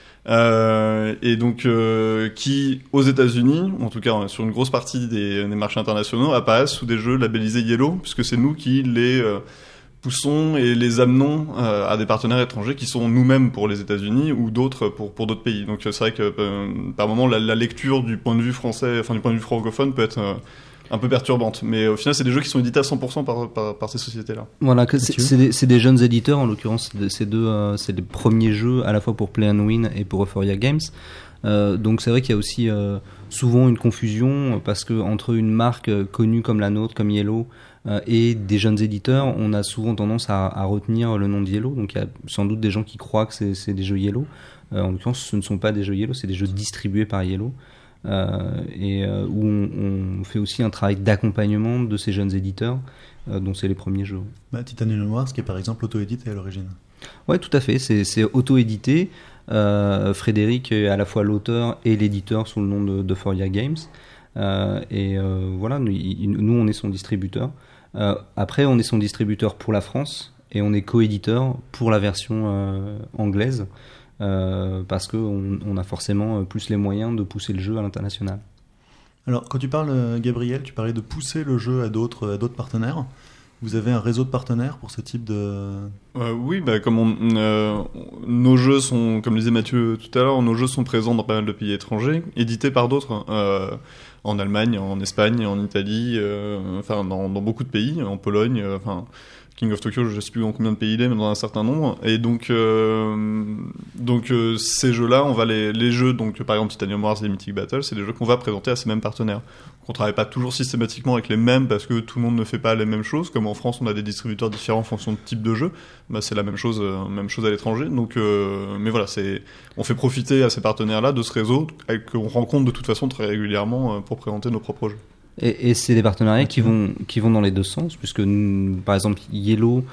Euh, et donc euh, qui aux États-Unis, en tout cas sur une grosse partie des, des marchés internationaux, apparaissent sous des jeux labellisés Yellow, puisque c'est nous qui les euh, poussons et les amenons euh, à des partenaires étrangers qui sont nous-mêmes pour les États-Unis ou d'autres pour pour d'autres pays. Donc c'est vrai que euh, par moment la, la lecture du point de vue français, enfin du point de vue francophone, peut être euh, un peu perturbante, mais au final c'est des jeux qui sont édités à cent pour cent par, par, par ces sociétés-là. Voilà, que c'est, Mathieu. c'est, des, c'est des jeunes éditeurs, en l'occurrence, c'est, de- c'est deux, euh, c'est les premiers jeux à la fois pour Play and Win et pour Euphoria Games. Euh, donc c'est vrai qu'il y a aussi euh, souvent une confusion parce que entre une marque euh, connue comme la nôtre, comme Yellow, euh, et des jeunes éditeurs, on a souvent tendance à, à retenir le nom de Yellow. Donc il y a sans doute des gens qui croient que c'est, c'est des jeux Yellow. Euh, en l'occurrence, ce ne sont pas des jeux Yellow, c'est des jeux distribués par Yellow. Euh, et euh, où on, on fait aussi un travail d'accompagnement de ces jeunes éditeurs, euh, dont c'est les premiers jeux. Bah, Titanium Noir, ce qui est par exemple auto-édité à l'origine. Ouais, tout à fait. C'est, c'est auto-édité. Euh, Frédéric est à la fois l'auteur et l'éditeur sous le nom de, de Euphoria Games. Euh, et euh, voilà, nous, il- nous, on est son distributeur. Euh, après, on est son distributeur pour la France et on est coéditeur pour la version euh, anglaise. Euh, parce qu'on on a forcément plus les moyens de pousser le jeu à l'international. Alors, quand tu parles, euh, Gabriel, tu parlais de pousser le jeu à d'autres, à d'autres partenaires. Vous avez un réseau de partenaires pour ce type de... Euh, oui, bah, comme on, euh, nos jeux sont, comme le disait Mathieu tout à l'heure, nos jeux sont présents dans pas mal de pays étrangers, édités par d'autres, euh, en Allemagne, en Espagne, en Italie, euh, enfin dans, dans beaucoup de pays, en Pologne, euh, enfin King of Tokyo, je sais plus dans combien de pays il est, mais dans un certain nombre. Et donc, euh, donc euh, ces jeux-là, on va les, les jeux, donc par exemple Titanium Wars et Mythic Battle, c'est des jeux qu'on va présenter à ces mêmes partenaires. On travaille pas toujours systématiquement avec les mêmes parce que tout le monde ne fait pas les mêmes choses. Comme en France, on a des distributeurs différents en fonction de type de jeu. Bah, c'est la même chose, euh, même chose à l'étranger. Donc, euh, mais voilà, c'est, on fait profiter à ces partenaires-là de ce réseau avec- qu'on rencontre de toute façon très régulièrement euh, pour présenter nos propres jeux. Et, et c'est des partenariats qui vont, qui vont dans les deux sens, puisque nous, par exemple Yellow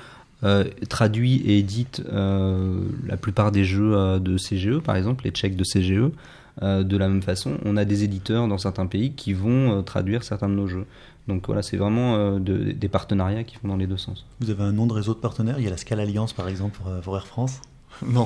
euh, traduit et édite euh, la plupart des jeux euh, de C G E, par exemple, les checks de C G E. Euh, de la même façon, on a des éditeurs dans certains pays qui vont euh, traduire certains de nos jeux. Donc voilà, c'est vraiment euh, de, des partenariats qui vont dans les deux sens. Vous avez un nom de réseau de partenaires? Il y a la Scale Alliance par exemple pour, pour Air France. Non.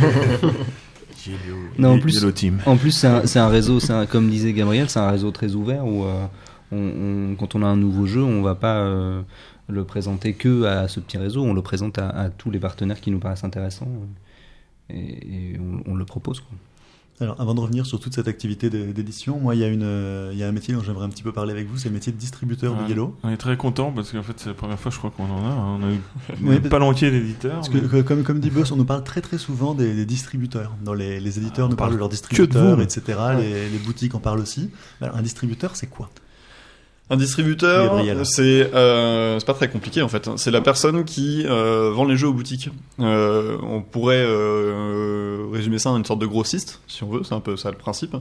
Non, en plus, Yellow Team. en plus c'est un, c'est un réseau, c'est un, comme disait Gabriel, c'est un réseau très ouvert où euh, on, on, quand on a un nouveau jeu, on va pas euh, le présenter que à ce petit réseau, on le présente à, à tous les partenaires qui nous paraissent intéressants et, et on, on le propose, quoi. Alors, avant de revenir sur toute cette activité d'é- d'édition, moi, il y a une, euh, il y a un métier dont j'aimerais un petit peu parler avec vous, c'est le métier de distributeur Ouais, de Yellow. On est très content parce qu'en fait c'est la première fois je crois qu'on en a. hein. On a eu Oui, pas l'entier d'éditeurs. Parce que, mais- que- comme, comme dit Boss, on nous parle très très souvent des, des distributeurs. Dans les, les éditeurs Ah, on nous parlent de parle leurs que de distributeurs, vous. et cetera. Les, les boutiques en parlent aussi. Alors, un distributeur, c'est quoi? Un distributeur, Gabriel. c'est euh, c'est pas très compliqué en fait. C'est la personne qui euh, vend les jeux aux boutiques. Euh, on pourrait euh, résumer ça en une sorte de grossiste, si on veut. C'est un peu ça le principe.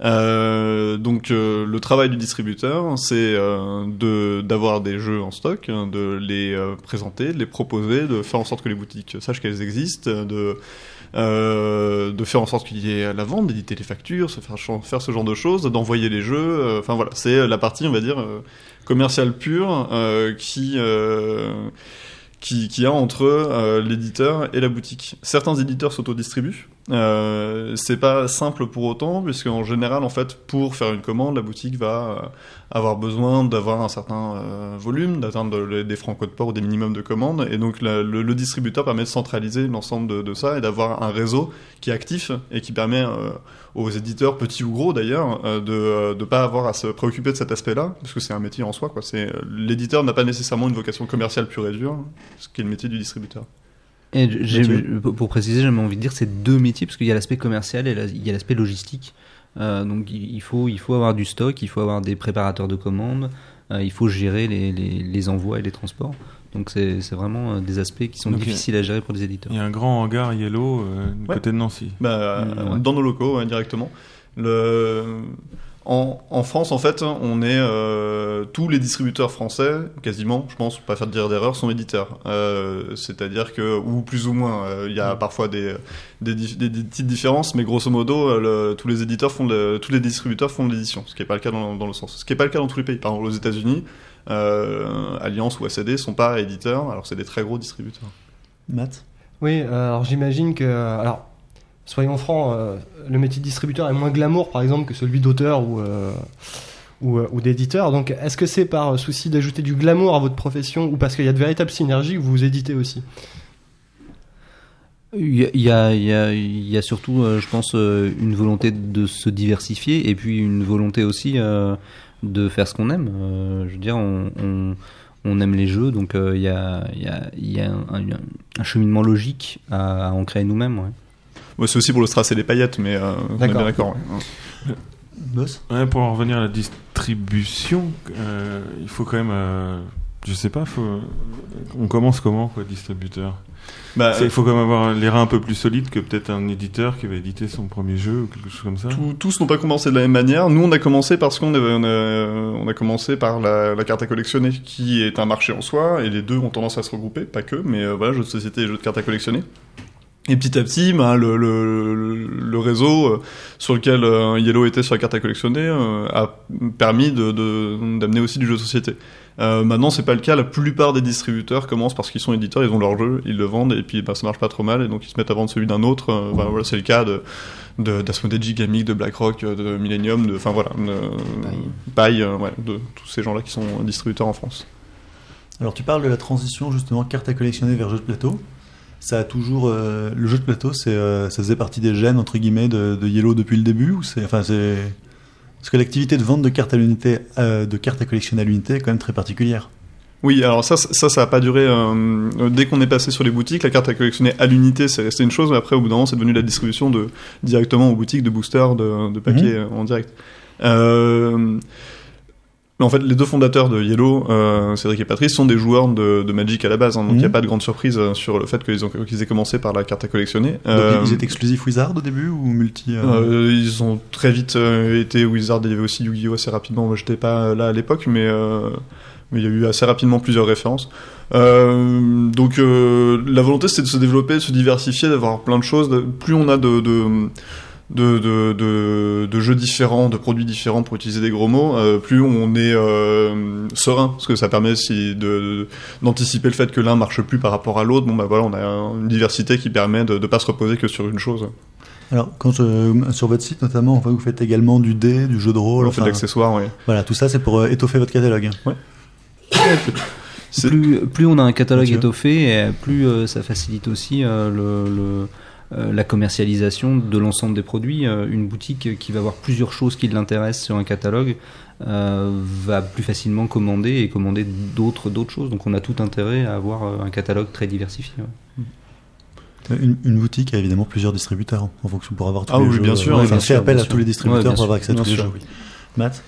Euh, donc euh, le travail du distributeur, c'est euh, de d'avoir des jeux en stock, de les euh, présenter, de les proposer, de faire en sorte que les boutiques sachent qu'elles existent, de Euh, de faire en sorte qu'il y ait la vente, d'éditer les factures, se faire, ch- faire ce genre de choses, d'envoyer les jeux. Enfin euh, voilà, c'est la partie, on va dire, euh, commerciale pure euh, qui, euh, qui qui a entre euh, l'éditeur et la boutique. Certains éditeurs s'autodistribuent. Euh, c'est pas simple pour autant, puisque en général, en fait, pour faire une commande, la boutique va euh, avoir besoin d'avoir un certain euh, volume, d'atteindre le- des francs code port ou des minimums de commandes, et donc la- le, le distributeur permet de centraliser l'ensemble de, de ça et d'avoir un réseau qui est actif et qui permet euh, aux éditeurs, petits ou gros d'ailleurs, euh, de euh, de pas avoir à se préoccuper de cet aspect-là, parce que c'est un métier en soi, quoi. C'est l'éditeur n'a pas nécessairement une vocation commerciale pure et dure, ce qui est le métier du distributeur. Et j'ai, Mathieu. pour préciser, j'ai envie de dire c'est deux métiers parce qu'il y a l'aspect commercial et la- il y a l'aspect logistique. Euh, donc il il faut il faut avoir du stock, il faut avoir des préparateurs de commandes, euh, il faut gérer les, les, les envois et les transports. Donc c'est c'est vraiment euh, des aspects qui sont Donc, difficiles à gérer pour les éditeurs. Il y a un grand hangar Yellow euh, du Ouais. côté de Nancy. Bah, Mmh, ouais. dans nos locaux, ouais, directement. Le... En, en France, en fait, on est euh, tous les distributeurs français, quasiment, je pense, pour pas faire dire d'erreur, sont éditeurs. Euh, c'est-à-dire que, ou plus ou moins, euh, il y a parfois des, des, dif- des, des petites différences, mais grosso modo, euh, le, tous les éditeurs font, de, tous les distributeurs font de l'édition, ce qui n'est pas le cas dans, dans le sens, ce qui n'est pas le cas dans tous les pays. Par exemple, aux États-Unis, euh, Alliance ou A C D sont pas éditeurs, alors c'est des très gros distributeurs. Matt? Oui, euh, alors j'imagine que. Alors, soyons francs, euh, le métier de distributeur est moins glamour, par exemple, que celui d'auteur ou, euh, ou, euh, ou d'éditeur. Donc, est-ce que c'est par souci d'ajouter du glamour à votre profession ou parce qu'il y a de véritables synergies que vous vous éditez aussi? Il y a, il y a, il y a, il y a surtout, euh, je pense, euh, une volonté de se diversifier et puis une volonté aussi euh, de faire ce qu'on aime. Euh, je veux dire, on, on, on aime les jeux, donc euh, il y a, il y a, il y a un, un, un cheminement logique à, à en créer nous-mêmes. Ouais. Ouais, c'est aussi pour le strass et les paillettes, mais euh, on est D'accord. bien d'accord. Ouais. Boss? Ouais, pour en revenir à la distribution, euh, il faut quand même, euh, je sais pas, faut, on commence comment, quoi, distributeur? Bah, C'est- Il faut quand même avoir les reins un peu plus solides que peut-être un éditeur qui va éditer son premier jeu ou quelque chose comme ça. Tous- tous n'ont pas commencé de la même manière. Nous, on a commencé parce qu'on avait- on a, on a commencé par la, la carte à collectionner, qui est un marché en soi, et les deux ont tendance à se regrouper, pas que, mais euh, voilà, jeux de société et jeux de cartes à collectionner. Et petit à petit, ben, le, le, le réseau euh, sur lequel euh, Yellow était sur la carte à collectionner euh, a permis de, de, d'amener aussi du jeu de société. Euh, maintenant, c'est pas le cas. La plupart des distributeurs commencent parce qu'ils sont éditeurs, ils ont leur jeu, ils le vendent, et puis ben, ça marche pas trop mal, et donc ils se mettent à vendre celui d'un autre. Euh, ben, voilà, c'est le cas de, de d'Asmodee, Gigamic, de BlackRock, de Millennium, de, enfin voilà, de, Paille, euh, ouais, de tous ces gens-là qui sont distributeurs en France. Alors, tu parles de la transition justement carte à collectionner vers jeu de plateau. Ça a toujours euh, le jeu de plateau, c'est euh, ça faisait partie des gènes entre guillemets de, de Yellow depuis le début, ou c'est enfin c'est parce que l'activité de vente de cartes à l'unité, euh, de cartes à collectionner à l'unité est quand même très particulière. Oui, alors ça, ça, ça a pas duré. Euh, dès qu'on est passé sur les boutiques, la carte à collectionner à l'unité, c'est resté une chose, mais après, au bout d'un moment, c'est devenu la distribution de directement aux boutiques de boosters, de, de papier Mmh. en direct. Euh, mais en fait, les deux fondateurs de Yellow, euh, Cédric et Patrice, sont des joueurs de, de Magic à la base, hein, donc il Mmh. n'y a pas de grande surprise euh, sur le fait qu'ils, ont, qu'ils aient commencé par la carte à collectionner. Donc Euh, ils étaient exclusifs Wizard au début ou multi euh, Euh, ils ont très vite euh, été Wizard, il y avait aussi Yu-Gi-Oh assez rapidement, moi j'étais pas là à l'époque, mais, euh, Mais il y a eu assez rapidement plusieurs références. Euh, donc euh, la volonté c'est de se développer, de se diversifier, d'avoir plein de choses. De, plus on a de, de, de, de, de, de jeux différents, de produits différents pour utiliser des gros mots, euh, plus on est euh, serein, parce que ça permet aussi de, de, d'anticiper le fait que l'un marche plus par rapport à l'autre. Bon bah voilà, on a une diversité qui permet de ne pas se reposer que sur une chose. Alors, quand je, sur votre site notamment, on voit que vous faites également du dé, du jeu de rôle. On fait de l'accessoire, oui. Voilà, tout ça c'est pour euh, étoffer votre catalogue. Ouais. Plus, plus on a un catalogue Monsieur. étoffé, et plus euh, ça facilite aussi euh, le, le, euh, la commercialisation de l'ensemble des produits. Euh, une boutique qui va avoir plusieurs choses qui l'intéressent sur un catalogue euh, va plus facilement commander et commander d'autres, d'autres choses. Donc on a tout intérêt à avoir euh, un catalogue très diversifié. Ouais. Une, une boutique a évidemment plusieurs distributeurs en fonction pour avoir tous ah les oui, jeux. bien sûr. Enfin, Ouais, bien fait sûr, appel bien à sûr. tous les distributeurs Ouais, bien pour avoir accès à sûr, tous les bien jeux. sûr. Oui. Matt,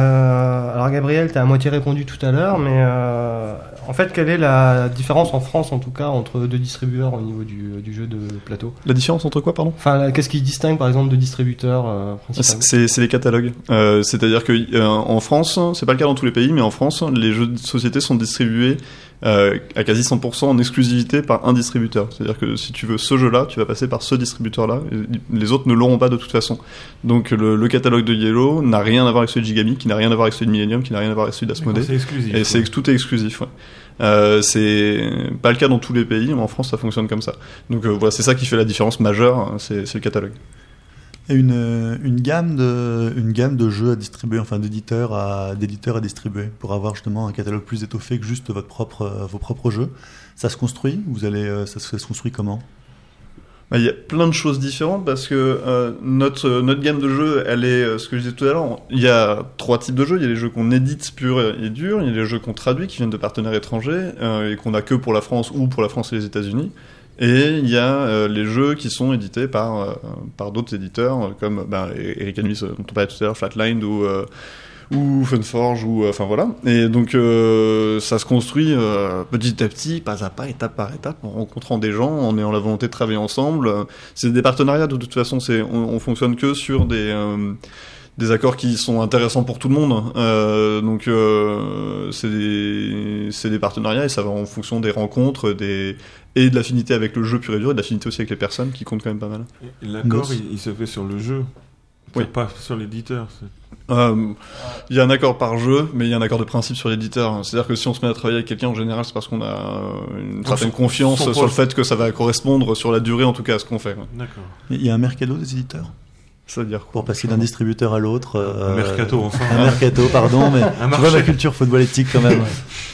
Euh, alors Gabriel, t'as à moitié répondu tout à l'heure, mais euh, en fait, quelle est la différence en France, en tout cas, entre deux distributeurs au niveau du, du jeu de plateau? La différence entre quoi, pardon? Enfin, là, qu'est-ce qui distingue, par exemple, deux distributeurs euh, principalement? C'est, c'est les catalogues. Euh, c'est-à-dire que euh, en France, c'est pas le cas dans tous les pays, mais en France, les jeux de société sont distribués euh, à quasi cent pour cent en exclusivité par un distributeur. C'est-à-dire que si tu veux ce jeu-là, tu vas passer par ce distributeur-là. Et les autres ne l'auront pas de toute façon. Donc le, le catalogue de Yellow n'a rien à voir avec celui de Gigami, qui n'a rien à voir avec celui de Millennium, qui n'a rien à voir avec celui d'Asmodée. C'est exclusif. Et c'est, tout est exclusif. Ouais. Euh, c'est pas le cas dans tous les pays, mais en France, ça fonctionne comme ça. Donc euh, voilà, c'est ça qui fait la différence majeure, hein, c'est, c'est le catalogue. et une, euh, une, gamme de, une gamme de jeux à distribuer, enfin d'éditeurs à, d'éditeurs à distribuer, pour avoir justement un catalogue plus étoffé que juste votre propre, euh, vos propres jeux. Ça se construit vous allez, euh, ça, ça se construit comment? Bah, il y a plein de choses différentes parce que euh, notre, euh, notre gamme de jeux, elle est, euh, ce que je disais tout à l'heure, il y a trois types de jeux. Il y a les jeux qu'on édite purs et durs, il y a les jeux qu'on traduit qui viennent de partenaires étrangers euh, et qu'on a que pour la France ou pour la France et les États-Unis. Et il y a euh, les jeux qui sont édités par, euh, par d'autres éditeurs euh, comme bah, Eric Anuis, dont on parlait tout à l'heure, Flatline ou... Euh, ou Funforge, ou enfin voilà. Et donc euh, ça se construit euh, petit à petit, pas à pas, étape par étape, en rencontrant des gens, en ayant la volonté de travailler ensemble. C'est des partenariats de toute façon. C'est on, on fonctionne que sur des euh, des accords qui sont intéressants pour tout le monde. Euh, donc euh, c'est des c'est des partenariats et ça va en fonction des rencontres, des et de l'affinité avec le jeu pur et dur, et de l'affinité aussi avec les personnes qui comptent quand même pas mal. Et l'accord, il, il se fait sur le jeu. Oui. Pas sur l'éditeur. C'est... Euh, il y a un accord par jeu, mais il y a un accord de principe sur l'éditeur. C'est-à-dire que si on se met à travailler avec quelqu'un, en général, c'est parce qu'on a une certaine son, confiance son sur le fait que ça va correspondre sur la durée, en tout cas, à ce qu'on fait. Quoi. D'accord. Il y a un mercato des éditeurs Ça veut dire quoi? pour passer d'un distributeur à l'autre. Euh, Un mercato, enfin. Un mercato, pardon, mais Un tu vois marché. ma culture footballistique quand même.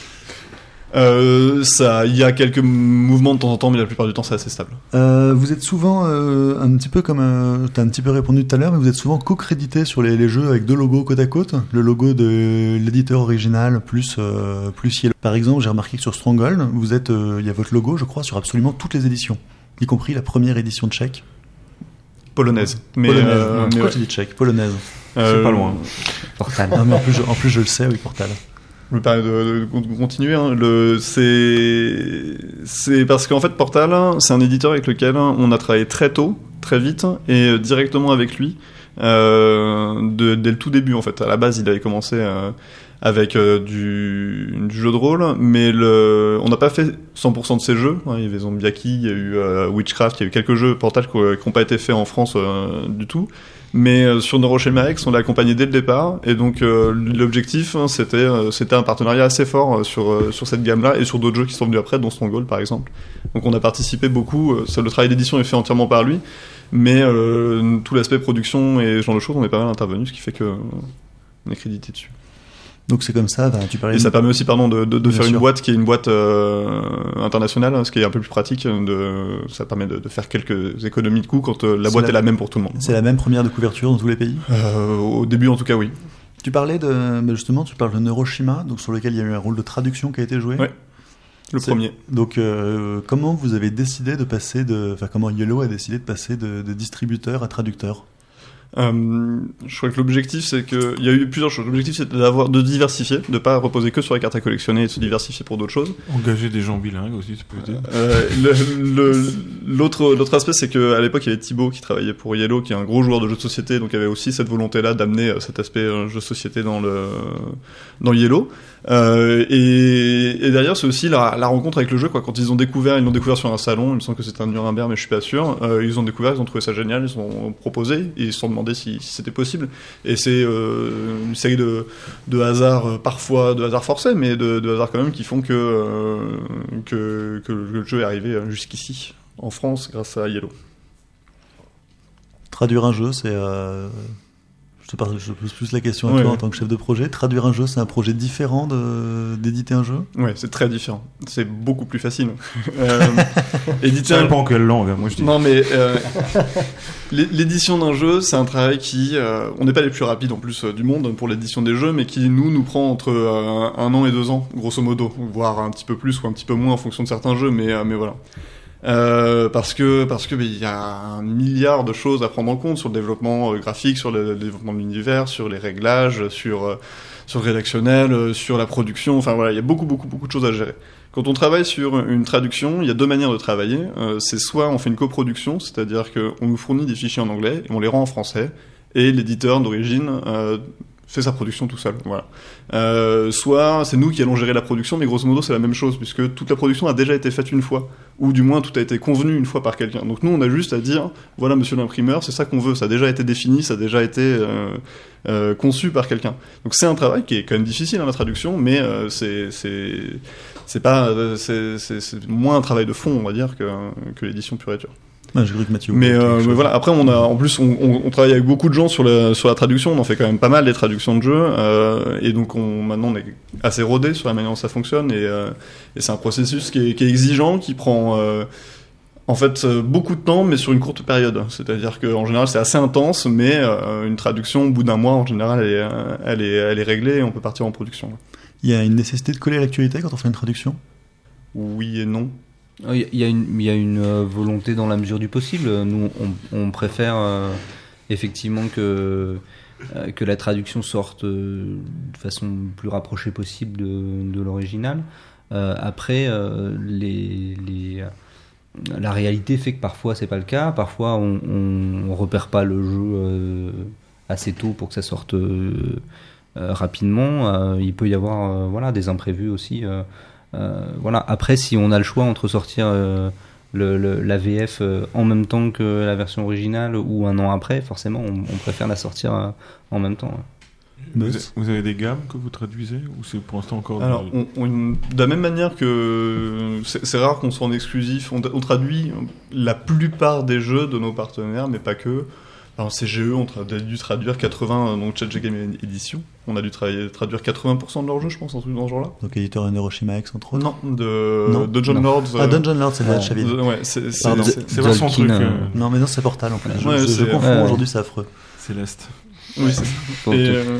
Euh, ça, il y a quelques mouvements de temps en temps, mais la plupart du temps, c'est assez stable. Euh, vous êtes souvent euh, un petit peu comme euh, t'as un petit peu répondu tout à l'heure, mais vous êtes souvent co-crédité sur les, les jeux avec deux logos côte à côte, le logo de l'éditeur original plus euh, plus Yellow. Par exemple, j'ai remarqué que sur Stronghold, vous êtes, il euh, y a votre logo, je crois, sur absolument toutes les éditions, y compris la première édition tchèque. Polonaise. Mais, Polonaise. euh, mais Pourquoi ouais. tu dis tchèque? Polonaise. Euh, C'est pas loin. Portal. Ah, mais en plus, je, en plus, je le sais, oui, Portal. Je me permets de, de, de continuer. Hein. Le, c'est, c'est parce qu'en fait, Portal, c'est un éditeur avec lequel on a travaillé très tôt, très vite, et directement avec lui, euh, de, dès le tout début, en fait. À la base, il avait commencé euh, avec euh, du, du jeu de rôle, mais le, on n'a pas fait cent pour cent de ces jeux. Hein. Il y avait Zombiaki, il y a eu euh, Witchcraft, il y a eu quelques jeux Portal qui n'ont pas été faits en France euh, du tout. Mais euh, sur Neuroschema X, on l'a accompagné dès le départ, et donc euh, l'objectif, hein, c'était, euh, c'était un partenariat assez fort euh, sur, euh, sur cette gamme-là, et sur d'autres jeux qui sont venus après, dont Stronghold par exemple. Donc on a participé beaucoup, euh, ça, le travail d'édition est fait entièrement par lui, mais euh, tout l'aspect production et ce genre de choses, on est pas mal intervenu, ce qui fait que euh, on est crédité dessus. Donc c'est comme ça, ben, tu parlais Et de- ça permet aussi, pardon, de, de, de Bien faire sûr. une boîte qui est une boîte euh, internationale, ce qui est un peu plus pratique. De, ça permet de, de faire quelques économies de coûts quand euh, la C'est boîte la- est la même pour tout le monde. C'est la même première de couverture dans tous les pays. Euh, au début, en tout cas, oui. Tu parlais de, ben, justement, tu parles de Neuroshima, donc sur lequel il y a eu un rôle de traduction qui a été joué. Ouais. Le C'est- premier. Donc, euh, comment vous avez décidé de passer de, enfin, comment Yellow a décidé de passer de, de distributeur à traducteur? Euh, je crois que l'objectif, c'est que il y a eu plusieurs choses. L'objectif, c'était d'avoir de diversifier, de pas reposer que sur les cartes à collectionner et de se diversifier pour d'autres choses. Engager des gens bilingues aussi, ça peut aider. Euh, le, le, l'autre, l'autre aspect, c'est qu'à l'époque, il y avait Thibaut qui travaillait pour Yellow, qui est un gros joueur de jeux de société, donc il y avait aussi cette volonté-là d'amener euh, cet aspect euh, jeu de société dans le dans Yellow. Euh, et, et derrière, c'est aussi la, la rencontre avec le jeu, quoi. Quand ils ont découvert, ils l'ont découvert sur un salon, il me semble que c'était un Nuremberg, mais je suis pas sûr. Euh, ils ont découvert, ils ont trouvé ça génial, ils ont proposé, et ils se sont demandé si, si c'était possible. Et c'est euh, une série de, de hasards, euh, parfois de hasards forcés, mais de, de hasards quand même, qui font que, euh, que, que le jeu est arrivé jusqu'ici, en France, grâce à Yellow. Traduire un jeu, c'est... Euh... Je te pose plus la question à ouais, toi ouais. en tant que chef de projet. Traduire un jeu, c'est un projet différent de... d'éditer un jeu ? Ouais, c'est très différent. C'est beaucoup plus facile. euh, éditer Ça un... dépend en quelle langue, moi je dis. Non, mais euh, l'édition d'un jeu, c'est un travail qui... Euh, on n'est pas les plus rapides en plus euh, du monde pour l'édition des jeux, mais qui, nous, nous prend entre euh, un an et deux ans, grosso modo. Voire un petit peu plus ou un petit peu moins en fonction de certains jeux, mais, euh, mais voilà. Euh, parce que parce que il y a un milliard de choses à prendre en compte sur le développement euh, graphique, sur le, le développement de l'univers, sur les réglages, sur euh, sur le rédactionnel, euh, sur la production. Enfin voilà, il y a beaucoup beaucoup beaucoup de choses à gérer. Quand on travaille sur une traduction, il y a deux manières de travailler. Euh, c'est soit on fait une coproduction, c'est-à-dire que on nous fournit des fichiers en anglais et on les rend en français, et l'éditeur d'origine euh, fait sa production tout seul, voilà. Euh, soit c'est nous qui allons gérer la production, mais grosso modo c'est la même chose, puisque toute la production a déjà été faite une fois, ou du moins tout a été convenu une fois par quelqu'un. Donc nous on a juste à dire, voilà monsieur l'imprimeur, c'est ça qu'on veut, ça a déjà été défini, ça a déjà été euh, euh, conçu par quelqu'un. Donc c'est un travail qui est quand même difficile, hein, la traduction, mais euh, c'est c'est c'est pas c'est, c'est c'est moins un travail de fond, on va dire, que que l'édition pure et dure. Ouais, j'ai cru que Mathieu. Mais, euh, mais voilà. Après, on a, en plus, on, on, on travaille avec beaucoup de gens sur la sur la traduction. On en fait quand même pas mal des traductions de jeux, euh, et donc on, maintenant on est assez rodé sur la manière dont ça fonctionne. Et, euh, et c'est un processus qui est, qui est exigeant, qui prend euh, en fait beaucoup de temps, mais sur une courte période. C'est-à-dire qu'en général, c'est assez intense, mais euh, une traduction, au bout d'un mois, en général, elle est, elle est, elle est réglée et on peut partir en production. Il y a une nécessité de coller à l'actualité quand on fait une traduction ? Oui et non. Il y a une, il y a une euh, volonté dans la mesure du possible. Nous, on, on préfère euh, effectivement que, euh, que la traduction sorte euh, de façon plus rapprochée possible de, de l'original. Euh, après, euh, les, les, la réalité fait que parfois c'est pas le cas. Parfois, on, on, on repère pas le jeu euh, assez tôt pour que ça sorte euh, euh, rapidement. Euh, il peut y avoir euh, voilà, des imprévus aussi. Euh, Euh, voilà. Après, si on a le choix entre sortir euh, le, le, la V F euh, en même temps que la version originale ou un an après, forcément, on, on préfère la sortir euh, en même temps. Ouais. Vous, vous avez des gammes que vous traduisez ou c'est pour l'instant encore Alors, de... on, on, de la même manière que c'est, c'est rare qu'on soit en exclusif, on, on traduit la plupart des jeux de nos partenaires, mais pas que. Alors, C G E, on a dû traduire quatre-vingts, donc Chat G Game Edition, on a dû tra- traduire quatre-vingts pour cent de leurs jeux, je pense, un truc dans ce genre-là. Donc éditeur Neuroshima X, entre autres. Non, de Non. Dungeon Non. Lords. Ah, Dungeon Lords, c'est de la euh, Chaville. euh, ouais, c'est, c'est, Pardon. c'est, C'est pas son Zolkin, truc. euh, euh, Non, mais non, c'est Portal en fait. Je, Ouais, je- je c'est- confonds ouais. aujourd'hui, c'est affreux. Céleste. oui, c'est ça. Pour Et, tout. euh,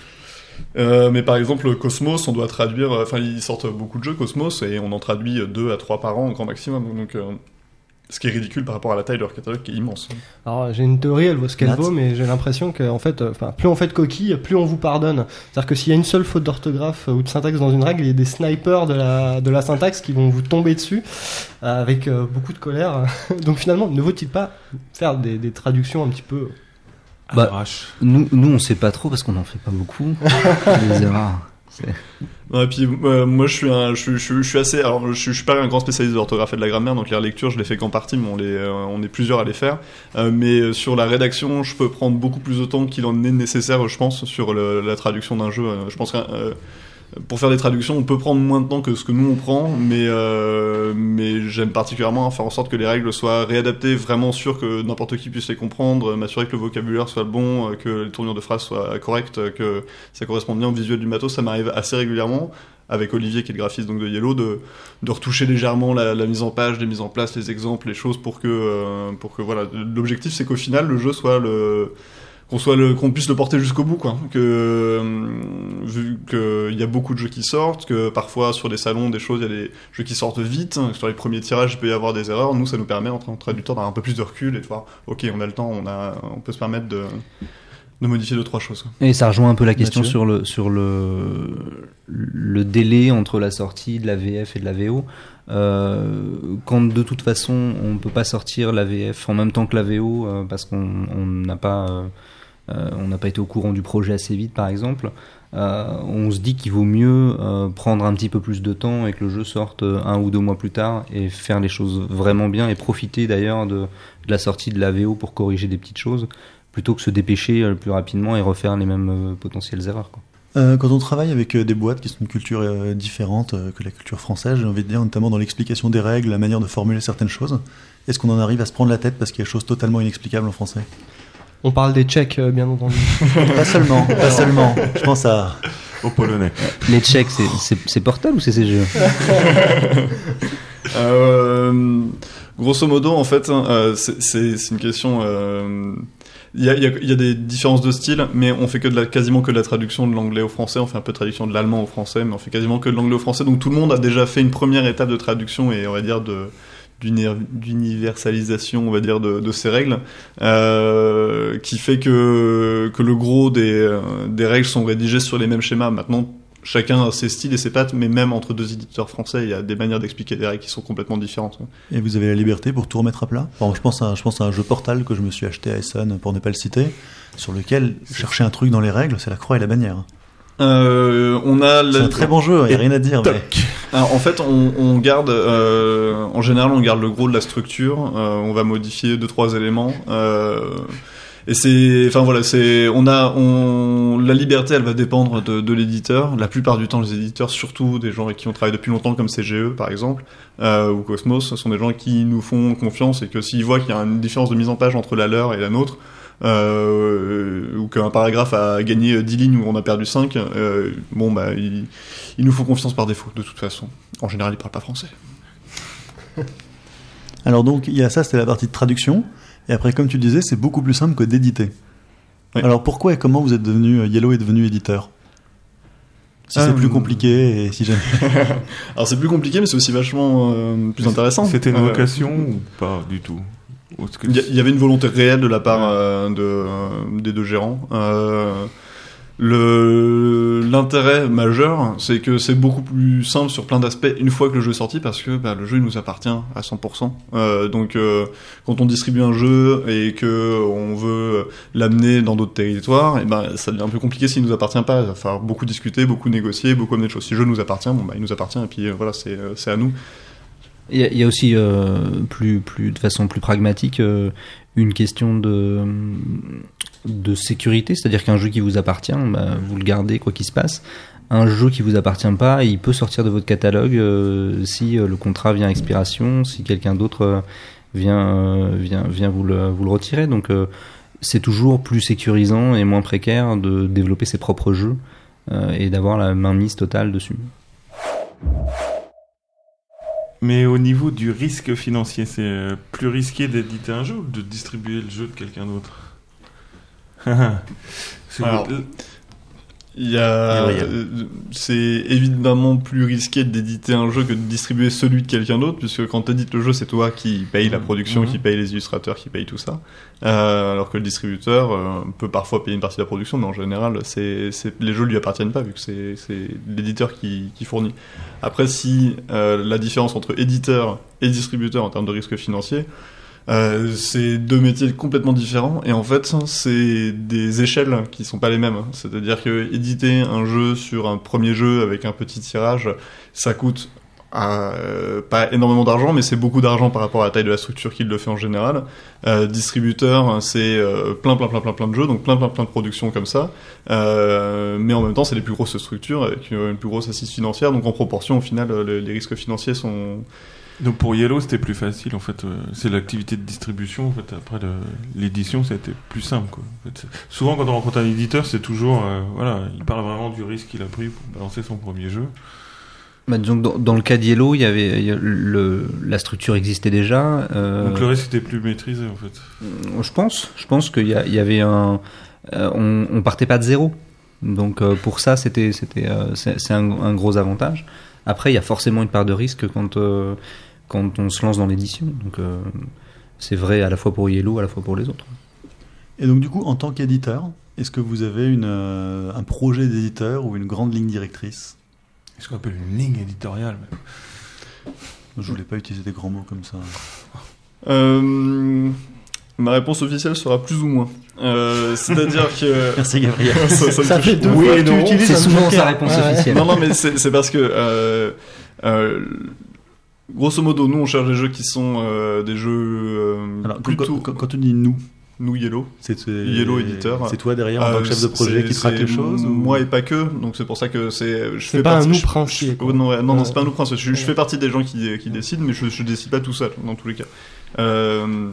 euh, mais par exemple, Cosmos, on doit traduire, enfin, ils sortent beaucoup de jeux, Cosmos, et on en traduit deux à trois par an, au grand maximum. Donc, euh, ce qui est ridicule par rapport à la taille de leur catalogue qui est immense. Alors j'ai une théorie, elle vaut ce qu'elle Nat. vaut, mais j'ai l'impression que en fait, enfin, plus on fait de coquilles, plus on vous pardonne. C'est-à-dire que s'il y a une seule faute d'orthographe ou de syntaxe dans une règle, il y a des snipers de la de la syntaxe qui vont vous tomber dessus euh, avec euh, beaucoup de colère. Donc finalement, ne vaut-il pas faire des, des traductions un petit peu À Bah, l'arrache. Nous, nous, on sait pas trop parce qu'on n'en fait pas beaucoup. Les erreurs. C'est... Ouais, puis euh, moi je suis un, je suis, je suis, je suis assez, alors je suis, je suis pas un grand spécialiste de l'orthographe et de la grammaire, donc les lectures je les fais qu'en partie, mais on les, euh, on est plusieurs à les faire. Euh, mais sur la rédaction, je peux prendre beaucoup plus de temps qu'il en est nécessaire, je pense, sur le, la traduction d'un jeu. Je pense que euh, pour faire des traductions, on peut prendre moins de temps que ce que nous on prend, mais euh, mais j'aime particulièrement faire en sorte que les règles soient réadaptées, vraiment sûr que n'importe qui puisse les comprendre, m'assurer que le vocabulaire soit le bon, que les tournures de phrases soient correctes, que ça corresponde bien au visuel du matos. Ça m'arrive assez régulièrement avec Olivier qui est le graphiste donc de Yellow de de retoucher légèrement la, la mise en page, les mises en place, les exemples, les choses pour que euh, pour que voilà, l'objectif c'est qu'au final le jeu soit le qu'on soit le qu'on puisse le porter jusqu'au bout, quoi. Que euh, vu que il y a beaucoup de jeux qui sortent, que parfois sur des salons des choses, il y a des jeux qui sortent vite, sur les premiers tirages il peut y avoir des erreurs. Nous ça nous permet en train du temps d'avoir un peu plus de recul et de voir ok on a le temps, on a on peut se permettre de de modifier deux trois choses. Quoi. Et ça rejoint un peu la question Mathieu sur le sur le le délai entre la sortie de la V F et de la V O. Euh, quand de toute façon on peut pas sortir la V F en même temps que la V O euh, parce qu'on on n'a pas euh, euh, on n'a pas été au courant du projet assez vite par exemple. Euh, on se dit qu'il vaut mieux euh, prendre un petit peu plus de temps et que le jeu sorte un ou deux mois plus tard et faire les choses vraiment bien et profiter d'ailleurs de, de la sortie de la V O pour corriger des petites choses plutôt que se dépêcher le plus rapidement et refaire les mêmes euh, potentielles erreurs, quoi. Euh, quand on travaille avec euh, des boîtes qui sont d'une culture euh, différente euh, que la culture française, j'ai envie de dire, notamment dans l'explication des règles, la manière de formuler certaines choses, est-ce qu'on en arrive à se prendre la tête parce qu'il y a des choses totalement inexplicables en français? On parle des Tchèques, euh, bien entendu. Pas seulement, pas seulement. Je pense à... Au polonais. Les Tchèques, c'est, c'est, c'est Portal ou c'est C G E? euh, grosso modo, en fait, euh, c'est, c'est, c'est une question... Euh, Il y, a, il, y a, il y a des différences de style, mais on fait que de la, quasiment que de la traduction de l'anglais au français. On fait un peu de traduction de l'allemand au français, mais on fait quasiment que de l'anglais au français. Donc tout le monde a déjà fait une première étape de traduction et on va dire de d'universalisation, on va dire, de, de ces règles, euh, qui fait que que le gros des des règles sont rédigées sur les mêmes schémas. Maintenant, chacun a ses styles et ses pattes, mais même entre deux éditeurs français, il y a des manières d'expliquer des règles qui sont complètement différentes. Et vous avez la liberté pour tout remettre à plat. Enfin, je pense à, je pense à un jeu Portal que je me suis acheté à Essen, pour ne pas le citer, sur lequel chercher un truc dans les règles, c'est la croix et la bannière. Euh, on a c'est la... un très bon jeu, il n'y a rien à dire. Mais... Alors, en fait, on, on garde, euh, en général, on garde le gros de la structure. Euh, on va modifier deux trois éléments. Euh, et c'est, enfin voilà, c'est, on a, on, la liberté, elle va dépendre de, de l'éditeur. La plupart du temps, les éditeurs, surtout des gens avec qui on travaille depuis longtemps, comme C G E par exemple, euh, ou Cosmos, ce sont des gens qui nous font confiance et que s'ils voient qu'il y a une différence de mise en page entre la leur et la nôtre. Euh, ou qu'un paragraphe a gagné dix lignes où on a perdu cinq, euh, bon bah ils, ils nous font confiance par défaut de toute façon. En général ils parlent pas français. Alors donc il y a ça, c'était la partie de traduction, et après comme tu disais c'est beaucoup plus simple que d'éditer. Oui. Alors pourquoi et comment vous êtes devenu, Yellow est devenu éditeur? Si c'est euh... plus compliqué et si jamais... Alors c'est plus compliqué mais c'est aussi vachement euh, plus intéressant. C'était une euh... vocation ou pas du tout? Il y, y avait une volonté réelle de la part euh, de, euh, des deux gérants. Euh, le, l'intérêt majeur, c'est que c'est beaucoup plus simple sur plein d'aspects une fois que le jeu est sorti, parce que bah, le jeu il nous appartient à cent pour cent. Euh, donc euh, quand on distribue un jeu et que on veut l'amener dans d'autres territoires, et ben ça devient un peu compliqué s'il nous appartient pas. Il va falloir beaucoup discuter, beaucoup négocier, beaucoup amener de choses. Si le jeu nous appartient, bon bah il nous appartient et puis euh, voilà, c'est, c'est à nous. Il y, a, il y a aussi, euh, plus, plus, de façon plus pragmatique, euh, une question de, de sécurité, c'est-à-dire qu'un jeu qui vous appartient, bah, vous le gardez quoi qu'il se passe. Un jeu qui vous appartient pas, il peut sortir de votre catalogue euh, si euh, le contrat vient à expiration, si quelqu'un d'autre euh, vient, euh, vient, vient vous le, vous le retirer. Donc euh, c'est toujours plus sécurisant et moins précaire de développer ses propres jeux euh, et d'avoir la mainmise totale dessus. Mais au niveau du risque financier, c'est plus risqué d'éditer un jeu ou de distribuer le jeu de quelqu'un d'autre? Alors, il y a, c'est évidemment plus risqué d'éditer un jeu que de distribuer celui de quelqu'un d'autre, puisque quand tu édites le jeu, c'est toi qui paye la production, mmh. qui paye les illustrateurs, qui paye tout ça. Euh, alors que le distributeur euh, peut parfois payer une partie de la production, mais en général, c'est, c'est, les jeux lui appartiennent pas, vu que c'est, c'est l'éditeur qui, qui fournit. Après, si euh, la différence entre éditeur et distributeur en termes de risque financier, Euh, c'est deux métiers complètement différents et en fait c'est des échelles qui sont pas les mêmes. C'est-à-dire que éditer un jeu sur un premier jeu avec un petit tirage, ça coûte euh, pas énormément d'argent, mais c'est beaucoup d'argent par rapport à la taille de la structure qui le fait en général. Euh, distributeur, c'est euh, plein plein plein plein plein de jeux, donc plein plein plein de productions comme ça. Euh, mais en même temps c'est les plus grosses structures avec une, une plus grosse assise financière, donc en proportion au final les, les risques financiers sont... Donc pour Yellow c'était plus facile en fait, euh, c'est l'activité de distribution en fait, après le, l'édition ça a été plus simple quoi. En fait, souvent quand on rencontre un éditeur c'est toujours, euh, voilà, il parle vraiment du risque qu'il a pris pour balancer son premier jeu. Bah, disons que dans, dans le cas de Yellow, il y avait il y a le, la structure existait déjà. Euh, Donc le risque était plus maîtrisé en fait. Je pense, je pense qu'il y, a, il y avait un, euh, on, on partait pas de zéro. Donc euh, pour ça c'était, c'était, euh, c'est, c'est un, un gros avantage. Après, il y a forcément une part de risque quand, euh, quand on se lance dans l'édition. Donc, euh, c'est vrai à la fois pour Yellow, à la fois pour les autres. Et donc, du coup, en tant qu'éditeur, Est-ce que vous avez une, euh, un projet d'éditeur ou une grande ligne directrice ? Ce qu'on appelle une ligne éditoriale. Même. Je voulais pas utiliser des grands mots comme ça. Euh, ma réponse officielle sera plus ou moins. Euh, c'est-à-dire que... Merci Gabriel. ça, ça me Ça touche. fait deux Oui fois et que tu non, utilises c'est un souvent joker. sa réponse Ouais. officielle. Non, non, mais c'est, c'est parce que, euh, euh, grosso modo, nous, on cherche des jeux qui sont euh, des jeux euh, Alors, plutôt... quand, quand, quand tu dis nous, Nous, Yellow. c'est, c'est Yellow éditeur. C'est toi derrière en tant que Euh, chef de projet c'est- qui traque c'est les choses ou... Moi et pas que, donc c'est pour ça que c'est... Je C'est fais pas un partie- nous je- princier, je- quoi. oh, non, ouais, non, non, Ouais. c'est pas un nous princier. Je, je fais partie des gens qui, qui décident, mais je, je décide pas tout seul, dans tous les cas. Euh,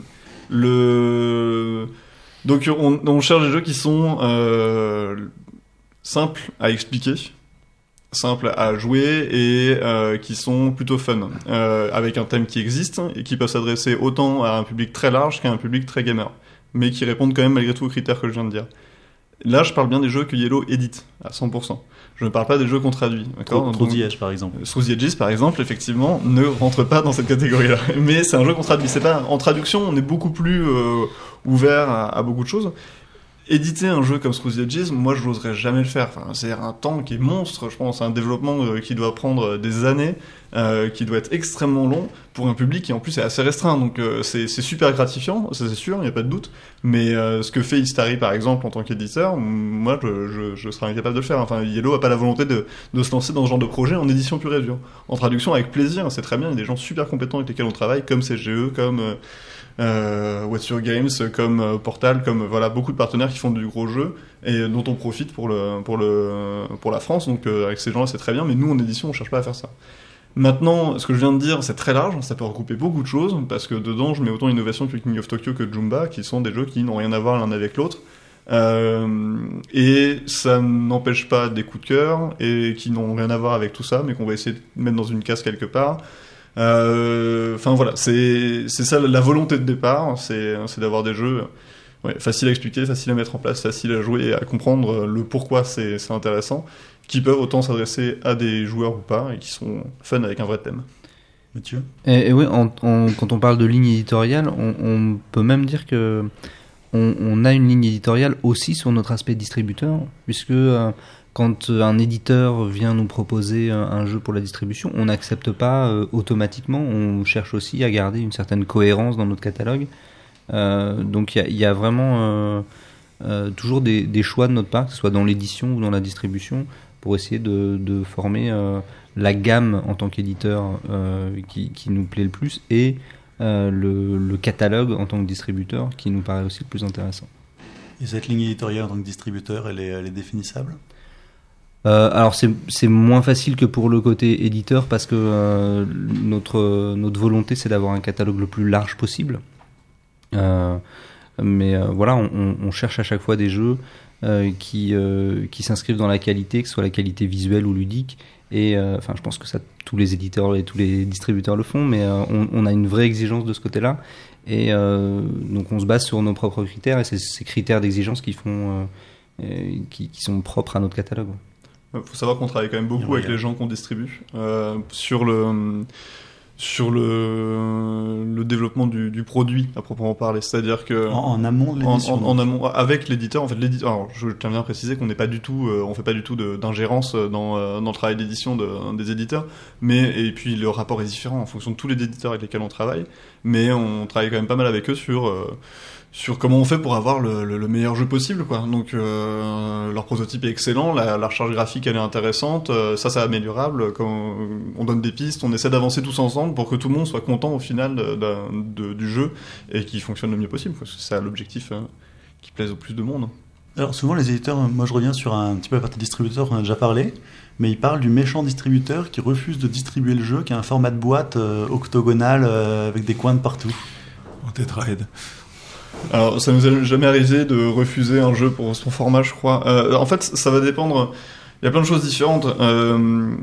le... Donc on, on cherche des jeux qui sont euh, simples à expliquer, simples à jouer et euh, qui sont plutôt fun, euh, avec un thème qui existe et qui peut s'adresser autant à un public très large qu'à un public très gamer, mais qui répondent quand même malgré tout aux critères que je viens de dire. Là, je parle bien des jeux que Yellow édite à cent pour cent. Je ne parle pas des jeux qu'on traduit. D'accord ? Trop, trop Donc, The Edge, par exemple. Through the Edges, par exemple, effectivement, ne rentre pas dans cette catégorie-là. Mais c'est un jeu qu'on traduit. C'est pas en traduction, on est beaucoup plus euh, ouvert à, à beaucoup de choses. Éditer un jeu comme Through the Edges, moi, je n'oserais jamais le faire. Enfin, c'est un temps qui est monstre. Je pense, c'est un développement euh, qui doit prendre des années, euh, qui doit être extrêmement long pour un public qui en plus est assez restreint. Donc, euh, c'est, c'est super gratifiant, ça c'est sûr, il n'y a pas de doute. Mais euh, ce que fait Istari, par exemple, en tant qu'éditeur, moi, je, je, je serais incapable de le faire. Enfin, Yellow a pas la volonté de, de se lancer dans ce genre de projet en édition pure et dure. En traduction, avec plaisir, c'est très bien. Il y a des gens super compétents avec lesquels on travaille, comme C G E, comme euh, euh, What's Your Games, comme euh, Portal, comme euh, voilà beaucoup de partenaires qui font du gros jeu et dont on profite pour le pour le pour la France. Donc euh, avec ces gens-là, c'est très bien. Mais nous, en édition, on cherche pas à faire ça. Maintenant, ce que je viens de dire, c'est très large, ça peut regrouper beaucoup de choses, parce que dedans, je mets autant Innovation que King of Tokyo que Jumba, qui sont des jeux qui n'ont rien à voir l'un avec l'autre. Euh, et ça n'empêche pas des coups de cœur, et qui n'ont rien à voir avec tout ça, mais qu'on va essayer de mettre dans une case quelque part. Euh, Enfin voilà, c'est, c'est ça la volonté de départ, c'est, c'est d'avoir des jeux ouais, faciles à expliquer, faciles à mettre en place, faciles à jouer et à comprendre le pourquoi c'est, c'est intéressant, qui peuvent autant s'adresser à des joueurs ou pas, et qui sont fun avec un vrai thème. Mathieu ? Et, et oui, en- en- quand on parle de ligne éditoriale, on, on peut même dire que on, on a une ligne éditoriale aussi sur notre aspect distributeur, puisque euh, quand un éditeur vient nous proposer un, un jeu pour la distribution, on n'accepte pas euh, automatiquement, on cherche aussi à garder une certaine cohérence dans notre catalogue. Euh, donc il y a, y a vraiment euh, euh, toujours des, des choix de notre part, que ce soit dans l'édition ou dans la distribution, pour essayer de, de former euh, la gamme en tant qu'éditeur euh, qui, qui nous plaît le plus et euh, le, le catalogue en tant que distributeur qui nous paraît aussi le plus intéressant. Et cette ligne éditoriale en tant que distributeur, elle est, elle est définissable ? Euh, alors c'est, c'est moins facile que pour le côté éditeur parce que euh, notre, notre volonté c'est d'avoir un catalogue le plus large possible. Euh, mais euh, voilà, on, on, on cherche à chaque fois des jeux euh, qui, euh, qui s'inscrivent dans la qualité, que ce soit la qualité visuelle ou ludique. Et euh, enfin, je pense que ça, tous les éditeurs et tous les distributeurs le font, mais euh, on, on a une vraie exigence de ce côté-là. Et euh, donc on se base sur nos propres critères et c'est ces critères d'exigence qui font, euh, qui, qui sont propres à notre catalogue. Il faut savoir qu'on travaille quand même beaucoup Oui, avec oui. les gens qu'on distribue euh, sur le sur le le développement du, du produit à proprement parler. C'est-à-dire que En, en amont de en, l'édition. en- en amont avec l'éditeur, en fait, l'éditeur. Alors, je tiens bien à préciser qu'on n'est pas du tout, euh, on fait pas du tout de- d'ingérence dans euh, dans le travail d'édition de, des éditeurs, mais et puis le rapport est différent en fonction de tous les éditeurs avec lesquels on travaille, mais on travaille quand même pas mal avec eux sur euh, sur comment on fait pour avoir le, le, le meilleur jeu possible, quoi. Donc euh, leur prototype est excellent, la, la recherche graphique elle est intéressante, euh, ça c'est améliorable. Quand on donne des pistes, on essaie d'avancer tous ensemble pour que tout le monde soit content au final de, de, de- du jeu et qu'il fonctionne le mieux possible, parce que c'est ça l'objectif euh, qui plaise au plus de monde. Alors souvent les éditeurs, moi je reviens sur un petit peu la partie distributeur, on en a déjà parlé, mais ils parlent du méchant distributeur qui refuse de distribuer le jeu, qui a un format de boîte euh, octogonal euh, avec des coins de partout. En tétraède. Alors, ça nous est jamais arrivé de refuser un jeu pour son format, je crois. Euh, en fait, ça va dépendre. Il y a plein de choses différentes. Euh,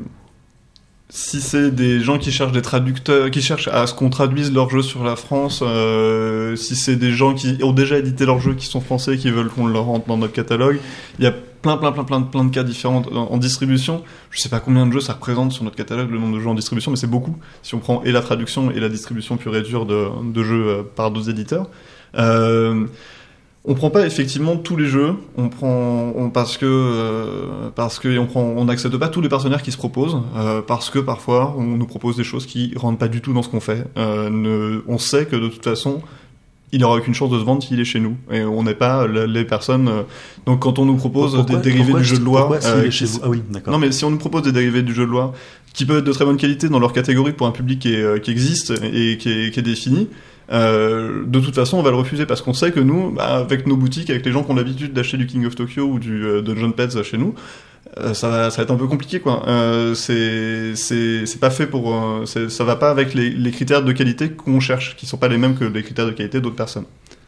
si c'est des gens qui cherchent des traducteurs, qui cherchent à ce qu'on traduise leur jeu sur la France, euh, si c'est des gens qui ont déjà édité leur jeu, qui sont français, qui veulent qu'on le rentre dans notre catalogue, il y a plein, plein, plein, plein, de- plein de cas différents en, en distribution. Je sais pas combien de jeux ça représente sur notre catalogue, le nombre de jeux en distribution, mais c'est beaucoup. Si on prend et la traduction et la distribution pure et dure de, de jeux euh, par d'autres éditeurs. Euh, On prend pas effectivement tous les jeux, on prend on, parce que euh, parce que on prend on n'accepte pas tous les partenaires qui se proposent euh, parce que parfois on nous propose des choses qui rentrent pas du tout dans ce qu'on fait. Euh, ne, on sait que de toute façon il n'aura aucune chance de se vendre s'il est chez nous et on n'est pas les personnes. Euh, donc quand on nous propose pourquoi, des dérivés pourquoi, du jeu de loi, pourquoi s'il euh, est chez vous ? Ah oui, d'accord. Non mais si on nous propose des dérivés du jeu de loi qui peuvent être de très bonne qualité dans leur catégorie pour un public qui, est, qui existe et qui est, qui est défini. Euh, de toute façon, on va le refuser parce qu'on sait que nous, bah, avec nos boutiques, avec les gens qui ont l'habitude d'acheter du King of Tokyo ou du euh, Dungeon Pets chez nous, euh, ça va, ça va être un peu compliqué, quoi. Euh, c'est, c'est, c'est pas fait pour, euh, c'est, ça va pas avec les, les critères de qualité qu'on cherche, qui sont pas les mêmes que les critères de qualité d'autres personnes.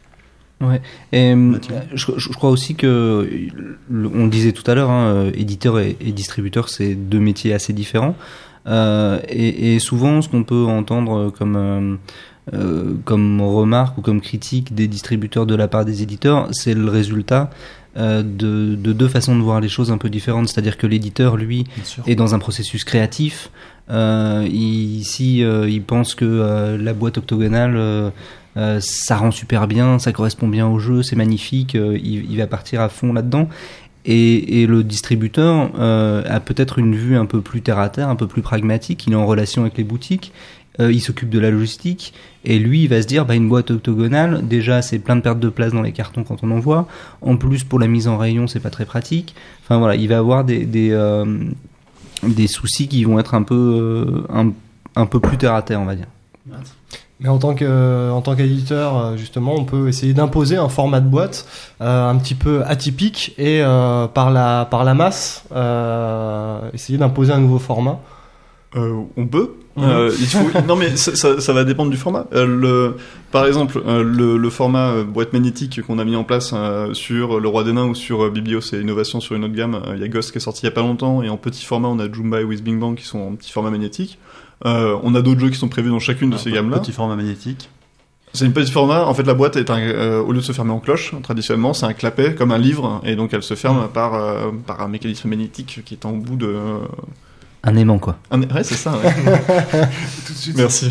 Ouais. Et je, je crois aussi que, on le disait tout à l'heure, hein, éditeur et, et distributeur, c'est deux métiers assez différents. Euh, et, et souvent, ce qu'on peut entendre comme euh, Euh, comme remarque ou comme critique des distributeurs de la part des éditeurs, c'est le résultat euh, de, de deux façons de voir les choses un peu différentes. C'est-à-dire que l'éditeur, lui, est dans un processus créatif. Euh, il, si euh, il pense que euh, la boîte octogonale, euh, euh, ça rend super bien, ça correspond bien au jeu, c'est magnifique, euh, il, il va partir à fond là-dedans. Et, et le distributeur euh, a peut-être une vue un peu plus terre-à-terre, un peu plus pragmatique. Il est en relation avec les boutiques. Euh, il s'occupe de la logistique et lui il va se dire bah une boîte octogonale déjà c'est plein de pertes de place dans les cartons quand on en voit, en plus pour la mise en rayon c'est pas très pratique, enfin voilà, il va avoir des des, euh, des soucis qui vont être un peu euh, un, un peu plus terre à terre on va dire. Mais en tant que en tant qu'éditeur justement on peut essayer d'imposer un format de boîte euh, un petit peu atypique et euh, par la par la masse euh, essayer d'imposer un nouveau format. Euh, on peut. Mmh. Euh, il faut... Non mais ça, ça, ça va dépendre du format. Euh, le... Par exemple, euh, le, le format euh, boîte magnétique qu'on a mis en place euh, sur Le Roi des Nains ou sur euh, Biblio, c'est innovation sur une autre gamme. Il euh, y a Ghost qui est sorti il y a pas longtemps et en petit format on a Jumba et Whiz Bing Bang qui sont en petit format magnétique. Euh, on a d'autres jeux qui sont prévus dans chacune de Alors, ces gammes-là. Petit format magnétique. C'est une petite format. En fait, la boîte est un, euh, au lieu de se fermer en cloche, traditionnellement, c'est un clapet comme un livre et donc elle se ferme mmh. par euh, par un mécanisme magnétique qui est en bout de euh, un aimant quoi. Un... Ouais, c'est ça. Ouais. Tout de suite. Merci.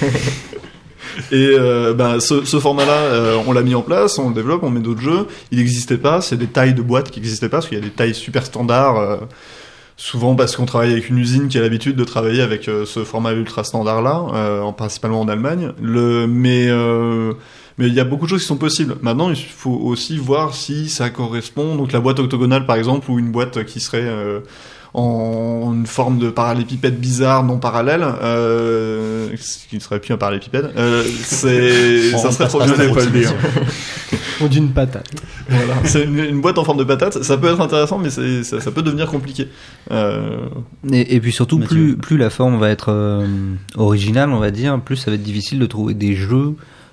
Et euh, ben ce, ce format-là, euh, on l'a mis en place, on le développe, on met d'autres jeux. Il n'existait pas, c'est des tailles de boîtes qui n'existaient pas parce qu'il y a des tailles super standards. Euh, souvent parce qu'on travaille avec une usine qui a l'habitude de travailler avec euh, ce format ultra standard-là, euh, en, principalement en Allemagne. Le, mais euh, mais il y a beaucoup de choses qui sont possibles. Maintenant, il faut aussi voir si ça correspond. Donc la boîte octogonale, par exemple, ou une boîte qui serait euh, en une forme de parallépipède bizarre, non parallèle, euh, ce qui ne serait plus un parallépipède, euh, c'est, ça serait trop bien de pas le dire. Ou d'une patate. Voilà. C'est une, une boîte en forme de patate, ça peut être intéressant, mais c'est, ça, ça peut devenir compliqué. Euh... Et, et puis surtout, plus, plus la forme va être euh, originale, on va dire, plus ça va être difficile de trouver des jeux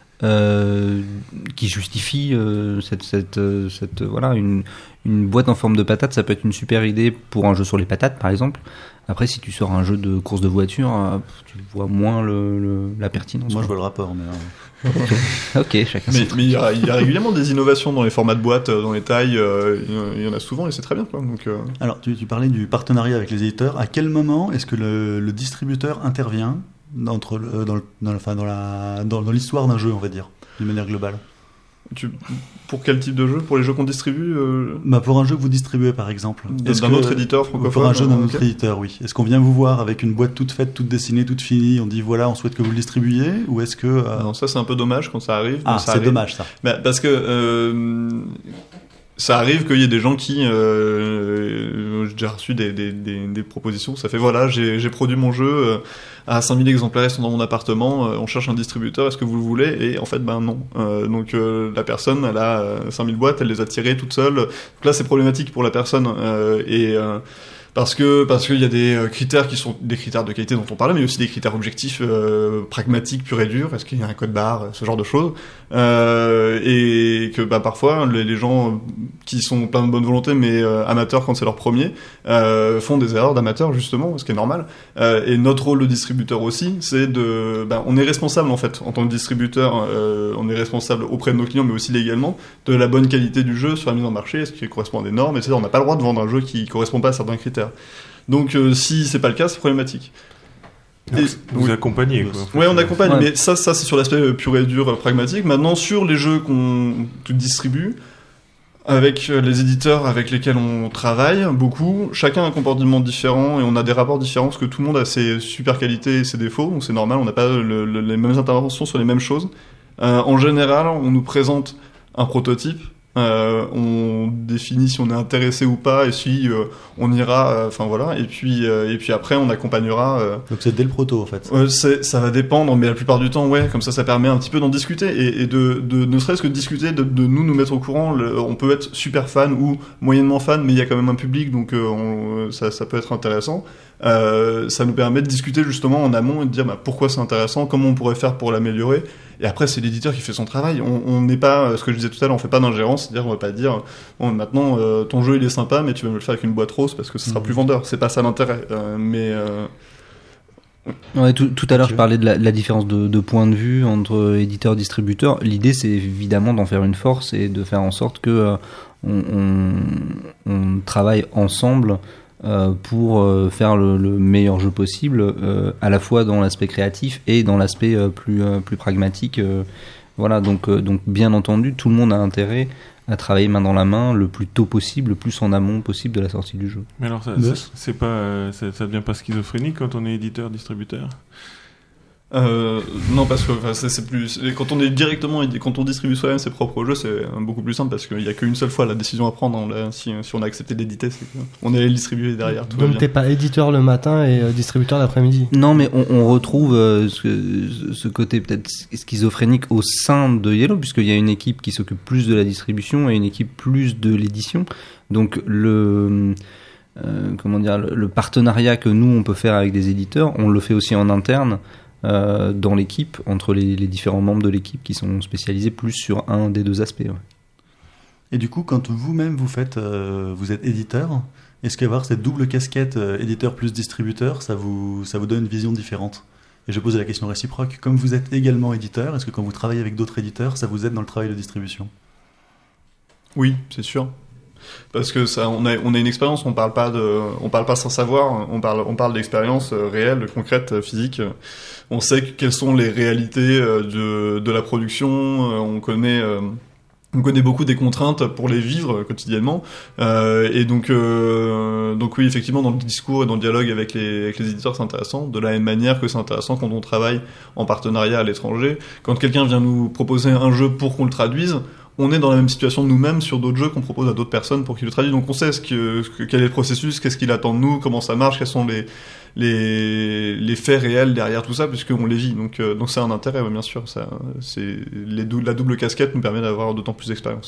Euh, qui justifie euh, cette, cette, euh, cette voilà une, une boîte en forme de patate. Ça peut être une super idée pour un jeu sur les patates par exemple. Après si tu sors un jeu de course de voiture euh, tu vois moins le, le, la pertinence. Moi quoi. Je vois le rapport mais euh... ok chacun mais mais il y, a, il y a régulièrement des innovations dans les formats de boîte, dans les tailles, euh, il y en a souvent et c'est très bien quoi. Donc, euh... alors tu, tu parlais du partenariat avec les éditeurs. À quel moment est-ce que le, le distributeur intervient entre le, dans, le, dans, le, enfin, dans, la, dans, dans l'histoire d'un jeu, on va dire, d'une manière globale? Tu, pour quel type de jeu? Pour les jeux qu'on distribue euh... bah Pour un jeu que vous distribuez, par exemple. Est-ce d'un que, autre éditeur francophone? Pour un jeu d'un okay. autre éditeur, oui. Est-ce qu'on vient vous voir avec une boîte toute faite, toute dessinée, toute finie, on dit voilà, on souhaite que vous le distribuiez? Ou est-ce que... Euh... Non, ça c'est un peu dommage quand ça arrive. Ah, ça c'est arrive. dommage ça. Bah, parce que... Euh... Ça arrive qu'il y ait des gens qui, euh, j'ai déjà reçu des, des, des, des propositions. Ça fait voilà, j'ai, j'ai produit mon jeu euh, à cinq mille exemplaires, ils sont dans mon appartement. Euh, on cherche un distributeur, est-ce que vous le voulez? Et en fait, ben non. Euh, donc euh, la personne, elle a euh, cinq mille boîtes, elle les a tirées toute seule. Donc là, c'est problématique pour la personne euh, et euh, parce que parce qu'il y a des critères qui sont des critères de qualité dont on parlait, mais aussi des critères objectifs, euh, pragmatiques, purs et durs. Est-ce qu'il y a un code barre, ce genre de choses, euh, et que bah parfois les, les gens qui sont plein de bonne volonté mais euh, amateurs quand c'est leur premier euh, font des erreurs d'amateurs justement, ce qui est normal. Euh, et notre rôle de distributeur aussi, c'est de, bah, on est responsable en fait en tant que distributeur, euh, on est responsable auprès de nos clients, mais aussi légalement de la bonne qualité du jeu sur la mise en marché, est-ce qu'il correspond à des normes, et cetera. On n'a pas le droit de vendre un jeu qui correspond pas à certains critères. Donc euh, si c'est pas le cas, c'est problématique. Et- Vous oui. accompagnez, quoi. en fait. Ouais, on accompagne, Ouais. mais ça, ça c'est sur l'aspect euh, pur et dur, euh, pragmatique. Maintenant, sur les jeux qu'on distribue, avec euh, les éditeurs avec lesquels on travaille beaucoup, chacun a un comportement différent et on a des rapports différents parce que tout le monde a ses super qualités et ses défauts, donc c'est normal, on n'a pas le- le- les mêmes interventions sur les mêmes choses. Euh, en général, on nous présente un prototype, euh, on définit si on est intéressé ou pas et si euh, on ira, enfin voilà, et puis euh, et puis après on accompagnera. Euh, Donc c'est dès le proto en fait. euh, c'est- ça va dépendre, mais la plupart du temps, ouais, comme ça, ça permet un petit peu d'en discuter et, et de, de ne serait-ce que de discuter, de, de nous nous mettre au courant. Le- on peut être super fan ou moyennement fan, mais il y a quand même un public, donc euh, on- ça, ça peut être intéressant. Euh, ça nous permet de discuter justement en amont et de dire bah, pourquoi c'est intéressant, comment on pourrait faire pour l'améliorer. Et après, c'est l'éditeur qui fait son travail. On on n'est pas, euh, ce que je disais tout à l'heure, on fait pas d'ingérence, c'est-à-dire on va pas dire bon maintenant euh, ton jeu il est sympa, mais tu vas me le faire avec une boîte rose parce que ce sera plus vendeur. C'est pas ça l'intérêt. Euh, mais euh, Ouais, tout, tout à l'heure, Ok. je parlais de la, de la différence de, de point de vue entre éditeur et distributeur. L'idée, c'est évidemment d'en faire une force et de faire en sorte que euh, on, on, on travaille ensemble euh, pour euh, faire le, le meilleur jeu possible, euh, à la fois dans l'aspect créatif et dans l'aspect euh, plus, euh, plus pragmatique. euh. Voilà, donc, euh, donc bien entendu, tout le monde a intérêt à travailler main dans la main le plus tôt possible, le plus en amont possible de la sortie du jeu. Mais alors, ça, Boss. c'est- c'est pas, euh, ça, ça devient pas schizophrénique quand on est éditeur, distributeur? Euh, non, parce que enfin, c'est c'est plus c'est- quand on est directement quand on distribue soi-même ses propres jeux, c'est euh, beaucoup plus simple parce qu'il y a qu'une seule fois la décision à prendre. On l'a- si, si on a accepté d'éditer, c'est qu'on est allé le distribuer derrière. Tout va Donc bien. t'es pas éditeur le matin et euh, distributeur l'après-midi. Non, mais on, on retrouve euh, ce, ce côté peut-être schizophrénique au sein de Yellow, puisqu'il y a une équipe qui s'occupe plus de la distribution et une équipe plus de l'édition. Donc le euh, comment dire le, le partenariat que nous on peut faire avec des éditeurs, on le fait aussi en interne euh, dans l'équipe entre les, les différents membres de l'équipe qui sont spécialisés plus sur un des deux aspects. Ouais. Et du coup, quand vous-même vous faites, euh, vous êtes éditeur, est-ce qu'avoir cette double casquette euh, éditeur plus distributeur, ça vous, ça vous donne une vision différente? Et je pose la question réciproque. Comme vous êtes également éditeur, est-ce que quand vous travaillez avec d'autres éditeurs, ça vous aide dans le travail de distribution? Oui, c'est sûr. Parce que ça, on a, on a une expérience. On parle pas de, on parle pas sans savoir. On parle, on parle d'expérience euh, réelle, concrète, euh, physique. On sait que- quelles sont les réalités euh, de, de la production. Euh, On connaît. euh, On connaît beaucoup des contraintes pour les vivre euh, quotidiennement, euh, et donc, euh, donc oui, effectivement, dans le discours et dans le dialogue avec les, avec les éditeurs, c'est intéressant. De la même manière que c'est intéressant quand on travaille en partenariat à l'étranger, quand quelqu'un vient nous proposer un jeu pour qu'on le traduise, on est dans la même situation nous-mêmes sur d'autres jeux qu'on propose à d'autres personnes pour qu'ils le traduisent. Donc on sait ce que, ce que- quel est le processus, qu'est-ce qu'il attend de nous, comment ça marche, quels sont les les, les faits réels derrière tout ça, puisqu'on les vit. Donc euh, donc c'est un intérêt, ouais, bien sûr. Ça, c'est les dou- la double casquette nous permet d'avoir d'autant plus d'expérience.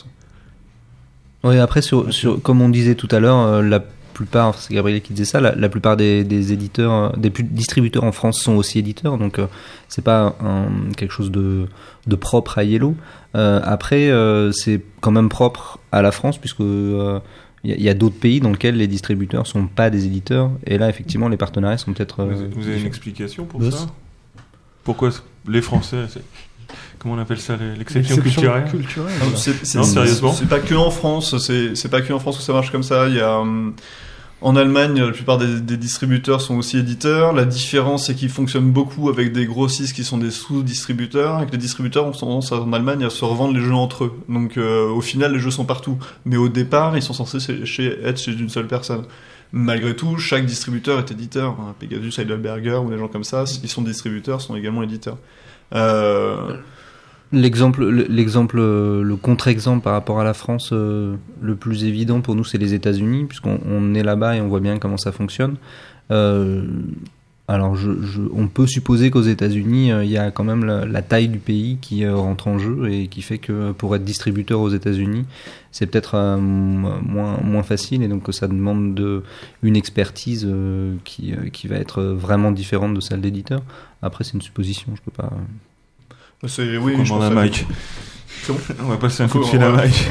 Oui, après, sur, sur, comme on disait tout à l'heure, euh, la plupart, c'est Gabriel qui disait ça, la, la plupart des, des éditeurs, euh, des pu- distributeurs en France sont aussi éditeurs, donc euh, c'est pas un, quelque chose de, de propre à Yellow. Euh, après, euh, c'est quand même propre à la France, puisque euh, il y a, y a d'autres pays dans lesquels les distributeurs sont pas des éditeurs, et là, effectivement, les partenariats sont peut-être. Vous, euh, vous avez une différents. explication pour Boss. ça? Pourquoi c- les Français, c'est- comment on appelle ça, l'exception culturelle? culturelle. Non, c'est- c'est- Non, c'est- sérieusement C'est pas que en France, c'est c'est pas que en France que ça marche comme ça. Il y a hum, en Allemagne, la plupart des, des distributeurs sont aussi éditeurs. La différence, c'est qu'ils fonctionnent beaucoup avec des grossistes qui sont des sous-distributeurs, et que les distributeurs ont tendance en Allemagne à se revendre les jeux entre eux. Donc euh, au final, les jeux sont partout. Mais au départ, ils sont censés chez- chez- être chez une seule personne. Malgré tout, chaque distributeur est éditeur. Hein, Pegasus, Heidelberger ou des gens comme ça, s'ils sont distributeurs, sont également éditeurs. Euh, L'exemple, l'exemple, le contre-exemple par rapport à la France, euh, le plus évident pour nous, c'est les États-Unis, puisqu'on on est là-bas et on voit bien comment ça fonctionne. Euh, alors, je, je, on peut supposer qu'aux États-Unis, euh, il y a quand même la, la taille du pays qui euh, rentre en jeu et qui fait que pour être distributeur aux États-Unis, c'est peut-être euh, moins moins facile et donc que ça demande de une expertise euh, qui euh, qui va être vraiment différente de celle d'éditeur. Après, c'est une supposition, je peux pas. c'est oui, On je demande pense à que- Mike. C'est bon. On va passer un coup de Faut- fil à ouais. Mike.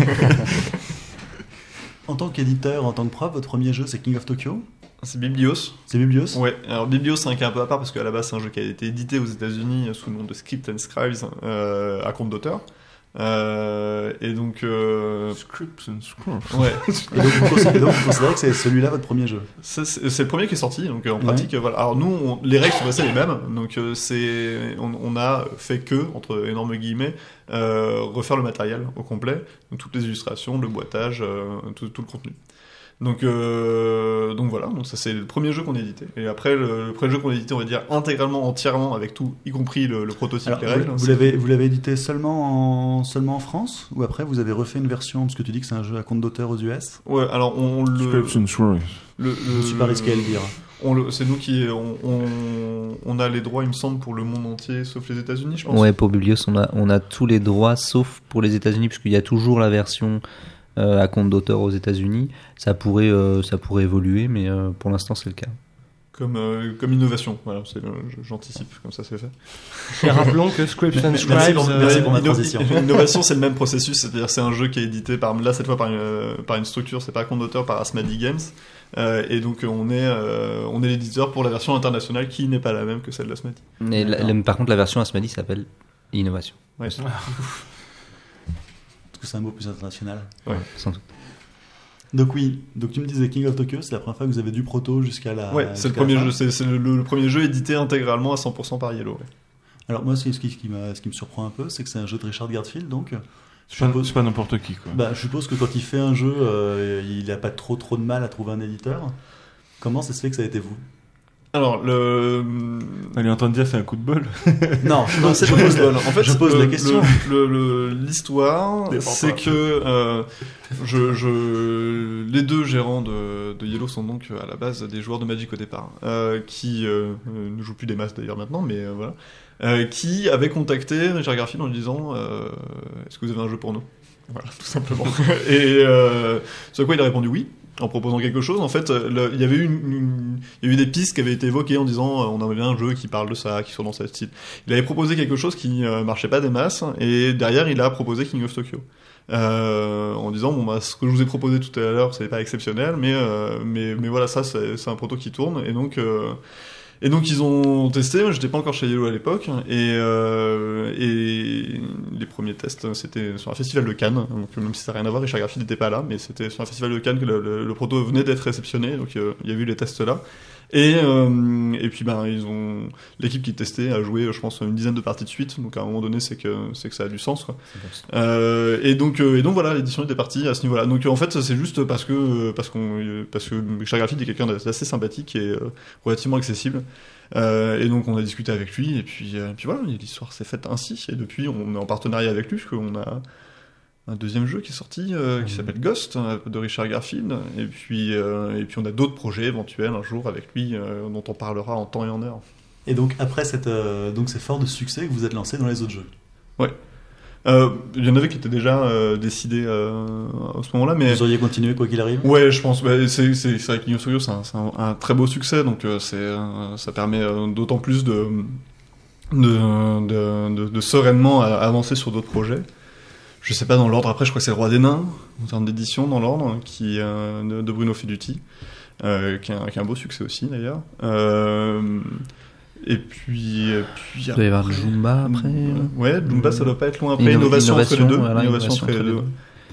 En tant qu'éditeur, en tant que prof, votre premier jeu c'est King of Tokyo? C'est Biblios. C'est Biblios? Ouais, alors Biblios c'est un cas un peu à part parce qu'à la base c'est un jeu qui a été édité aux États-Unis sous le nom de Script and Scribes euh, à compte d'auteur. Euh, et donc, euh, Scripts and Scrolls. ouais, Et donc, vous considérez, donc, vous considérez que c'est celui-là votre premier jeu? ça, c'est c'est le premier qui est sorti. Donc, euh, en Ouais. pratique, euh, voilà. Alors nous, on- les règles sont restées les mêmes. Donc, euh, c'est, on, on a fait que, entre énormes guillemets, euh, refaire le matériel au complet, donc toutes les illustrations, le boitage, euh, tout, tout le contenu. Donc, euh, donc voilà, donc ça c'est le premier jeu qu'on a édité. Et après, le, le premier jeu qu'on a édité, on va dire intégralement, entièrement, avec tout, y compris le, le prototype, Alors, les règles. vous, vous l'avez, vous l'avez édité seulement en, seulement en France? Ou après vous avez refait une version, parce que tu dis que c'est un jeu à compte d'auteur aux U S? Ouais, alors on le. Scripts and Scrolls. le, le- Je suis pas risqué à le dire. On le, c'est nous qui on, on, on a les droits, il me semble, pour le monde entier, sauf les États-Unis, je pense. Ouais, pour Publius, on a, on a tous les droits sauf pour les États-Unis, puisqu'il y a toujours la version euh, à compte d'auteur aux États-Unis. Ça pourrait, euh, ça pourrait évoluer, mais euh, pour l'instant, c'est le cas. Comme, euh, comme innovation, voilà, c'est, euh, j'anticipe, comme ça c'est fait. Et rappelons que Scripts and Merci Scribes, pour- euh, merci pour ma Inno- transition. Innovation, c'est le même processus, c'est-à-dire c'est un jeu qui est édité par, là cette fois par une, euh, par une structure, c'est pas un compte d'auteur, par Asmadi Games, euh, et donc on est, euh, on est l'éditeur pour la version internationale qui n'est pas la même que celle d'Asmadi. Et la- la- par contre, la version Asmadi s'appelle Innovation. Ouais. Parce que c'est un mot plus international. Sans doute. Donc oui, donc tu me disais King of Tokyo, c'est la première fois que vous avez du proto jusqu'à la. Ouais, c'est jusqu'à le la premier fin. jeu, c'est, c'est le, le premier jeu édité intégralement à cent pour cent par Yellow. Ouais. Alors moi, ce qui, ce qui, ce qui m'a- ce qui me surprend un peu, c'est que c'est un jeu de Richard Garfield, donc. C'est pas, c'est pas n'importe qui, quoi. Bah, je suppose que quand il fait un jeu, euh, il n'a pas trop trop de mal à trouver un éditeur. Comment ça se fait que ça a été vous? Alors, le. Elle est en train de dire c'est un coup de bol. Non, Non, c'est pas possible. En fait, je pose le- la question. le- le- le- L'histoire, Défends c'est pas. que euh, je, je, les deux gérants de, de Yellow sont donc à la base des joueurs de Magic au départ, euh, qui euh, euh, ne jouent plus des masses d'ailleurs maintenant, mais euh, voilà, euh, qui avaient contacté Richard Garfield en lui disant euh, est-ce que vous avez un jeu pour nous? Voilà, tout simplement. Et euh, ce à quoi il a répondu oui. En proposant quelque chose, en fait, le- il y avait eu une, une- il y a eu des pistes qui avaient été évoquées en disant euh, on aimerait bien un jeu qui parle de ça, qui soit dans ce style. Il avait proposé quelque chose qui euh, marchait pas des masses, et derrière il a proposé King of Tokyo. Euh, en disant bon bah ce que je vous ai proposé tout à l'heure c'est pas exceptionnel, mais euh, mais mais voilà ça c'est, c'est un proto qui tourne, et donc euh, et donc ils ont testé. Moi j'étais pas encore chez Yellow à l'époque, et euh, et les premiers tests c'était sur un festival de Cannes, donc même si ça n'a rien à voir, Richard Garfield n'était pas là, mais c'était sur un festival de Cannes que le, le, le proto venait d'être réceptionné, donc euh, il y a eu les tests là. Et, euh, et puis ben ils ont l'équipe qui testait a joué je pense une dizaine de parties de suite, donc à un moment donné c'est que c'est que ça a du sens quoi. Euh, et donc euh, et donc voilà, l'édition était partie à ce niveau-là. Donc en fait c'est juste parce que parce qu'on parce que Richard Garfield est quelqu'un d'assez sympathique et euh, relativement accessible. Euh, et donc on a discuté avec lui, et puis euh, puis voilà, l'histoire s'est faite ainsi, et depuis on est en partenariat avec lui, parce qu'on a un deuxième jeu qui est sorti euh, qui s'appelle Ghost euh, de Richard Garfield, et puis euh, et puis on a d'autres projets éventuels un jour avec lui euh, dont on parlera en temps et en heure. Et donc après cette, euh, donc c'est fort de succès que vous êtes lancé dans les autres jeux. Euh, il y en avait qui étaient déjà euh, décidés euh, à ce moment-là, mais Vous auriez continué quoi qu'il arrive. ouais, je pense. Bah, c'est c'est c'est vrai que King of Tokyo, c'est un, c'est un, un très beau succès, donc euh, c'est euh, ça permet euh, d'autant plus de de, de, de de sereinement à- avancer sur d'autres projets. Je sais pas dans l'ordre. Après, je crois que c'est le Roi des Nains en termes d'édition dans l'ordre, qui euh, de, de Bruno Feduti, euh, qui, a, un- qui a un beau succès aussi d'ailleurs. Euh, et puis, et puis Il doit y avoir le Jumba après. euh, ouais, Jumba, ça doit pas être loin après. Inno- Innovation, entre les deux. voilà, innovation innovation entre les entre les deux. deux.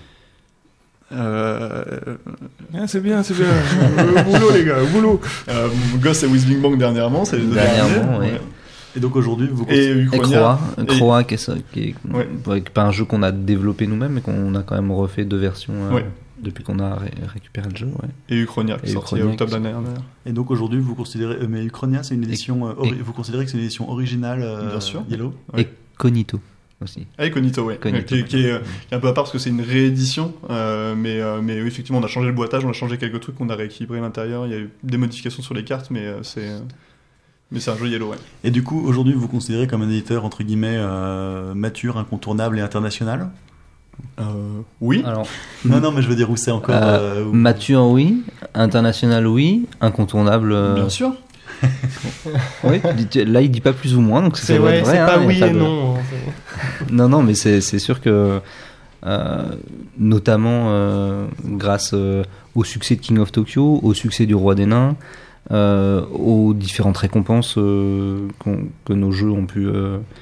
Euh, Ah, c'est bien, c'est bien. Au boulot, les gars, au boulot. euh, Ghost et Whistling Bank dernièrement, c'est les deux Dernièrement, derniers. ouais. Et donc aujourd'hui vous Et Et Uchronia. Croix, Croix qui est, ça- qui est Ouais. ouais, pas un jeu qu'on a développé nous-mêmes, mais qu'on a quand même refait deux versions euh, Ouais. depuis qu'on a ré- récupéré le jeu. Ouais. Et Uchronia, qui est Et sorti Uchronia en octobre qui- l'année dernière. et donc aujourd'hui vous considérez euh, mais Uchronia c'est une édition euh, ori- et- vous considérez que c'est une édition originale euh, Bien sûr. Yellow. Ouais. Et Cognito aussi. Ah, et Cognito, ouais. Cognito, qui, est- qui est, euh, qui est un peu à part parce que c'est une réédition, euh, mais, euh, mais oui, effectivement, on a changé le boitage, on a changé quelques trucs, on a rééquilibré l'intérieur, il y a eu des modifications sur les cartes, mais euh, c'est. euh, Mais c'est un jeu Yellow, ouais. Et du coup aujourd'hui vous vous considérez comme un éditeur entre guillemets euh, mature, incontournable et international. Euh, oui. Alors, Non non mais je veux dire où c'est encore. Euh, euh, où- mature, oui. International, oui. Incontournable. euh, Bien sûr. oui. Là, il dit pas plus ou moins, donc ça C'est doit ouais, être c'est vrai, pas hein, oui il y a et de- non. Non, non, mais c'est c'est sûr que, euh, notamment euh, grâce euh, au succès de King of Tokyo, au succès du Roi des Nains, euh, aux différentes récompenses euh, qu'on- que nos jeux ont pu, euh,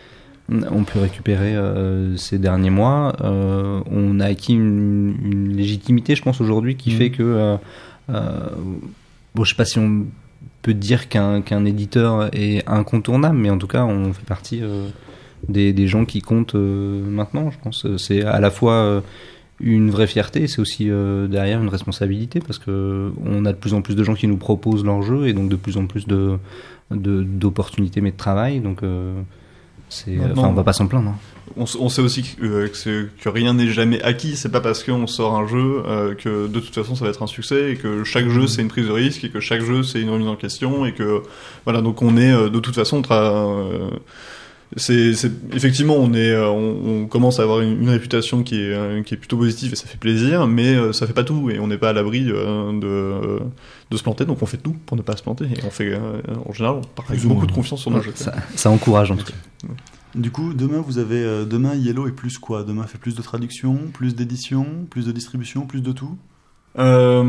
ont pu récupérer euh, ces derniers mois. Euh, on a acquis une, une légitimité, je pense, aujourd'hui, qui mmh. fait que... Euh, euh, bon, je sais pas si on peut dire qu'un, qu'un éditeur est incontournable, mais en tout cas, on fait partie euh, des, des gens qui comptent euh, maintenant, je pense. C'est à la fois... Euh, une vraie fierté, c'est aussi euh, derrière une responsabilité parce que on a de plus en plus de gens qui nous proposent leur jeu et donc de plus en plus de, de d'opportunités mais de travail, donc euh, c'est enfin on va pas s'en plaindre. Hein. On, on sait aussi que, euh, que, que rien n'est jamais acquis. C'est pas parce qu'on sort un jeu euh, que de toute façon ça va être un succès et que chaque jeu c'est une prise de risque et que chaque jeu c'est une remise en question et que voilà, donc on est euh, de toute façon on tra- euh, C'est, c'est effectivement on est on, on commence à avoir une, une réputation qui est euh, qui est plutôt positive et ça fait plaisir, mais euh, ça fait pas tout et on n'est pas à l'abri euh, de euh, de se planter, donc on fait tout pour ne pas se planter et on fait euh, en général on part avec beaucoup de confiance sur nos jeux. Ça, ça encourage en tout cas. Du coup, demain vous avez euh, demain Yellow est plus quoi? Demain fait plus de traduction, plus d'édition, plus de distribution, plus de tout. Euh,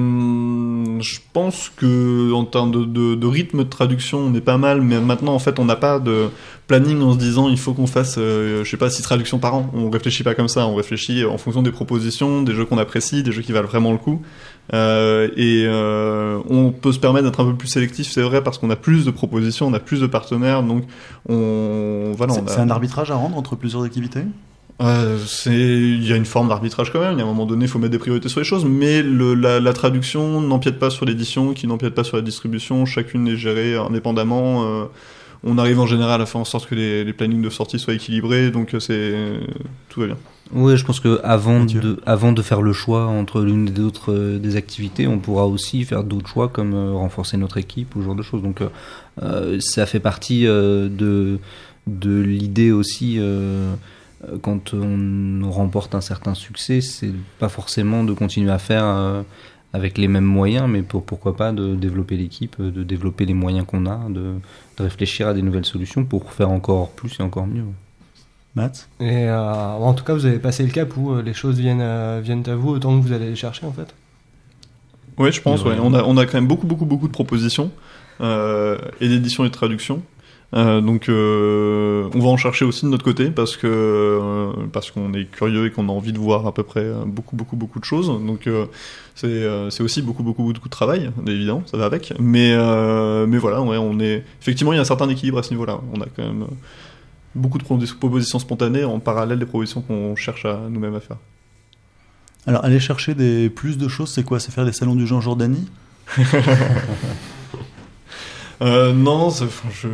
je pense que en termes de, de, de rythme de traduction, on est pas mal, mais maintenant en fait, on n'a pas de planning en se disant il faut qu'on fasse, euh, je sais pas, six traductions par an. On réfléchit pas comme ça, on réfléchit en fonction des propositions, des jeux qu'on apprécie, des jeux qui valent vraiment le coup. Euh, et euh, on peut se permettre d'être un peu plus sélectif, c'est vrai, parce qu'on a plus de propositions, on a plus de partenaires, donc on voilà. C'est, on a... c'est un arbitrage à rendre entre plusieurs activités. Euh, c'est, il y a une forme d'arbitrage quand même. Il y a un moment donné, il faut mettre des priorités sur les choses, mais le, la, la traduction n'empiète pas sur l'édition, qui n'empiète pas sur la distribution. Chacune est gérée indépendamment. Euh, on arrive en général à faire en sorte que les, les plannings de sortie soient équilibrés, donc c'est tout va bien. Oui, je pense que avant de, avant de faire le choix entre l'une et l'autre euh, des activités, on pourra aussi faire d'autres choix comme euh, renforcer notre équipe ou ce genre de choses. Donc euh, ça fait partie euh, de de l'idée aussi. Euh, Quand on remporte un certain succès, c'est pas forcément de continuer à faire euh, avec les mêmes moyens, mais pour, pourquoi pas de développer l'équipe, de développer les moyens qu'on a, de, de réfléchir à des nouvelles solutions pour faire encore plus et encore mieux. Matt ? Et euh, en tout cas, vous avez passé le cap où les choses viennent, euh, viennent à vous autant que vous allez les chercher en fait. Oui, je pense. Ouais. On a, on a quand même beaucoup, beaucoup, beaucoup de propositions euh, et d'éditions et de traductions. Euh, donc euh, on va en chercher aussi de notre côté parce que euh, parce qu'on est curieux et qu'on a envie de voir à peu près beaucoup beaucoup beaucoup de choses, donc euh, c'est euh, c'est aussi beaucoup beaucoup beaucoup de travail, évidemment, ça va avec, mais euh, mais voilà, ouais, on est effectivement il y a un certain équilibre à ce niveau-là. On a quand même beaucoup de propositions spontanées en parallèle des propositions qu'on cherche à nous-mêmes à faire. Alors aller chercher des plus de choses, c'est quoi? C'est faire des salons du jeu en Jordanie? Euh, non, c'est, enfin, je...